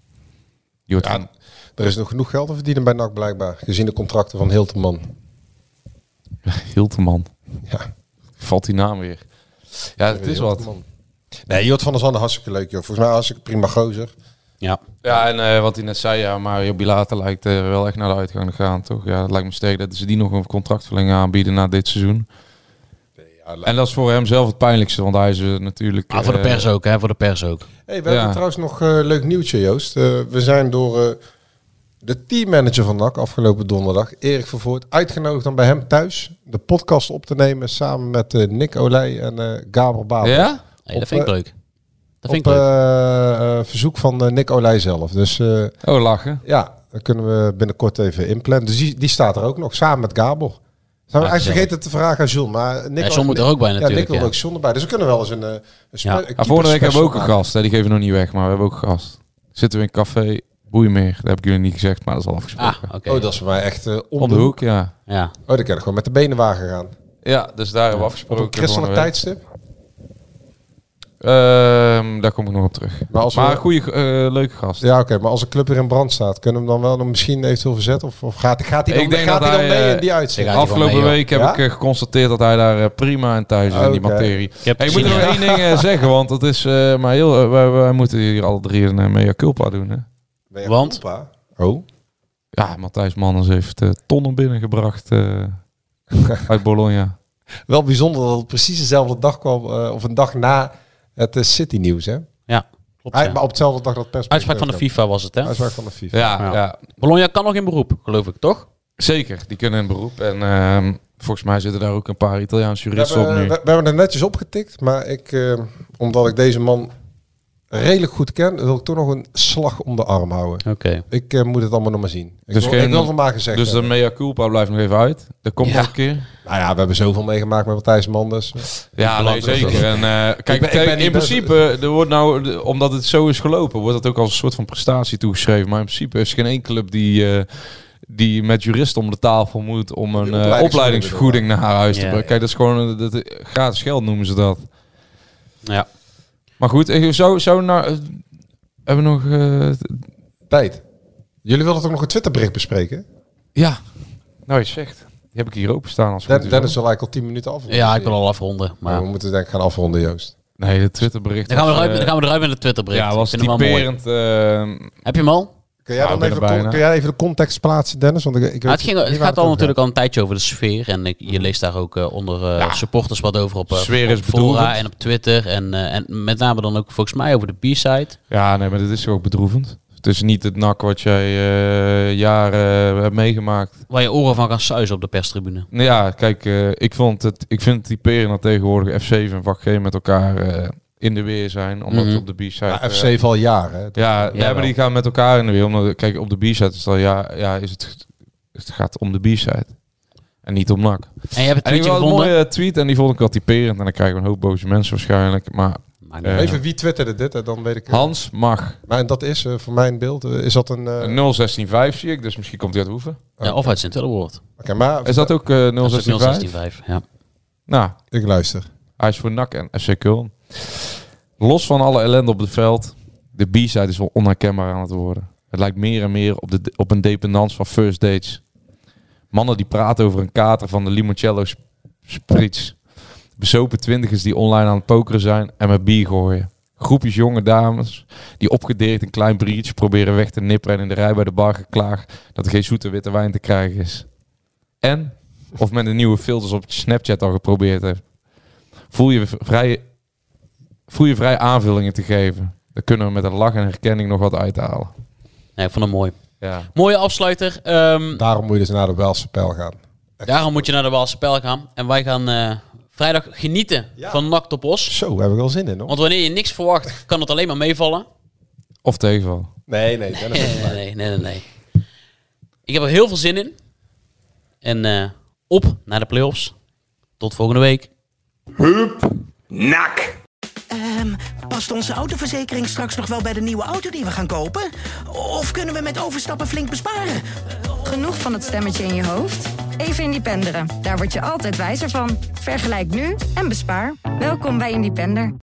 Er is nog genoeg geld te verdienen bij NAC blijkbaar. Gezien de contracten van Hilterman. Hilterman. Ja. Valt die naam weer. Ja, het is wat. Nee, Jort van der Zanden hartstikke leuk, joh. Volgens mij hartstikke prima gozer. Ja. Ja, en wat hij net zei, Mario Bilater lijkt wel echt naar de uitgang te gaan, toch? Ja, het lijkt me sterk dat ze die nog een contractverlenging aanbieden na dit seizoen. En dat is voor hem zelf het pijnlijkste, want hij is natuurlijk... Maar voor de pers ook, hè? Voor de pers ook. Hey, we hebben trouwens nog leuk nieuwtje, Joost. We zijn door de teammanager van NAC afgelopen donderdag, Erik Vervoort, uitgenodigd om bij hem thuis de podcast op te nemen samen met Nick Olij en Gabriel Babel. Ja? Hey, dat vind ik leuk. Dat vind ik leuk. Verzoek van Nick Olij zelf. Dus, lachen. Ja, dan kunnen we binnenkort even inplannen. Dus die staat er ook nog, samen met Gabel. Zijn we eigenlijk vergeten te vragen aan John, maar John moet er ook bij natuurlijk. Ja, Nick wil ook John erbij. Dus we kunnen wel eens een vorige week hebben we ook een gast. Hè? Die geven we nog niet weg, maar we hebben ook een gast. Zitten we in café Boeimeer. Dat heb ik jullie niet gezegd, maar dat is al afgesproken. Okay. Oh, dat is voor mij echt om de hoek, ja. Oh, dan kan ik gewoon met de benenwagen gaan. Ja, dus daar hebben we afgesproken. Op een christelijk tijdstip? Daar kom ik nog op terug. Maar een goede, leuke gast. Ja, oké. Maar als een club weer in brand staat, kunnen we hem dan wel misschien eventueel verzetten? Of gaat hij dan mee in die uitzending? Afgelopen week heb ik geconstateerd dat hij daar prima in thuis is in die materie. Ik moet er nog één ding zeggen, want het is maar heel... Wij moeten hier alle 3 een mea culpa doen. Hè? Mea culpa? Oh? Ja, Matthijs Manners heeft tonnen binnengebracht uit Bologna. Wel bijzonder dat het precies dezelfde dag kwam, of een dag na het City nieuws, hè? Ja, klopt. Ja. Maar op dezelfde dag dat persbericht. Uitspraak van de FIFA was het, hè? Uitspraak van de FIFA. Ja. Bologna kan nog in beroep, geloof ik, toch? Zeker, die kunnen in beroep. En volgens mij zitten daar ook een paar Italiaanse juristen op nu. We hebben er netjes opgetikt, maar omdat ik deze man redelijk goed ken, wil ik toch nog een slag om de arm houden. Oké. Ik moet het allemaal nog maar zien. Ik wil van maar gezegd. Dus de mea culpa blijft nog even uit. Dat komt nog een keer. Nou ja, we hebben zoveel meegemaakt met Matthijs Manders. Ja, nee, zeker. En kijk, in principe, er wordt nou, omdat het zo is gelopen, wordt het ook als een soort van prestatie toegeschreven. Maar in principe is er geen enkele club die met juristen om de tafel moet om een opleidingsvergoeding naar haar huis te brengen. Kijk, dat is gewoon gratis geld, noemen ze dat. Ja. Maar goed, hebben we nog tijd? Jullie wilden toch nog een Twitterbericht bespreken? Ja, nou je zegt. Die heb ik hier openstaan als Dennis wil eigenlijk al 10 minuten afronden. Ja, ik wil al afronden. Maar we moeten denk ik gaan afronden, Joost. Nee, de Twitterbericht. Dan gaan we eruit met het Twitterbericht. Ja, was typerend. Heb je hem al? Kun jij even de context plaatsen, Dennis? Want het gaat al natuurlijk al een tijdje over de sfeer. En je leest daar ook onder supporters wat over op fora en op Twitter. En met name dan ook volgens mij over de B-side. Ja, nee, maar dit is ook bedroevend. Het is niet het NAC wat jij jaren hebt meegemaakt. Waar je oren van kan suizen op de perstribune. Ja, kijk, ik vind het typerend dat tegenwoordig FC en vak G met elkaar in de weer zijn. Omdat het op de B-side... Ja, FC heeft al jaren. Maar die gaan met elkaar in de weer. Omdat, kijk, op de B-side is het al het gaat om de B-side. En niet om NAC. En je hebt het tweetje gevonden? Een mooie tweet en die vond ik wel typerend. En dan krijgen we een hoop boze mensen waarschijnlijk. Maar even wie twitterde dit? En dan weet ik. Hans Mag. Maar en dat is voor mijn beeld. Is dat een 0165 zie ik. Dus misschien komt hij uit Hoeven. Ja, of uit Sint-Willewoord. Oké, maar is dat ook 0165? Ja. Nou, ik luister. Hij is voor NAC en FC Köln. Los van alle ellende op het veld, de B-side is wel onherkenbaar aan het worden. Het lijkt meer en meer op een dependance van first dates. Mannen die praten over een kater van de limoncello spritz. Bezopen twintigers die online aan het pokeren zijn en met bier gooien. Groepjes jonge dames die opgedeerd een klein biertje proberen weg te nipperen en in de rij bij de bar geklaagd dat er geen zoete witte wijn te krijgen is. En of men de nieuwe filters op Snapchat al geprobeerd heeft. Voel je vrij aanvullingen te geven. Dan kunnen we met een lach en herkenning nog wat uithalen. Nee, ik vond het mooi. Ja. Mooie afsluiter. Daarom moet je dus naar de Waalse Pijl gaan. Daarom moet je naar de Waalse Pijl gaan. En wij gaan vrijdag genieten van NAC Top Os. Zo, daar heb ik wel zin in, hoor. Want wanneer je niks verwacht, kan het alleen maar meevallen. Of tegenvallen. Nee. Ik heb er heel veel zin in. En op naar de play-offs. Tot volgende week. Hup, NAC. Past onze autoverzekering straks nog wel bij de nieuwe auto die we gaan kopen? Of kunnen we met overstappen flink besparen? Genoeg van het stemmetje in je hoofd? Even Independeren. Daar word je altijd wijzer van. Vergelijk nu en bespaar. Welkom bij Independer.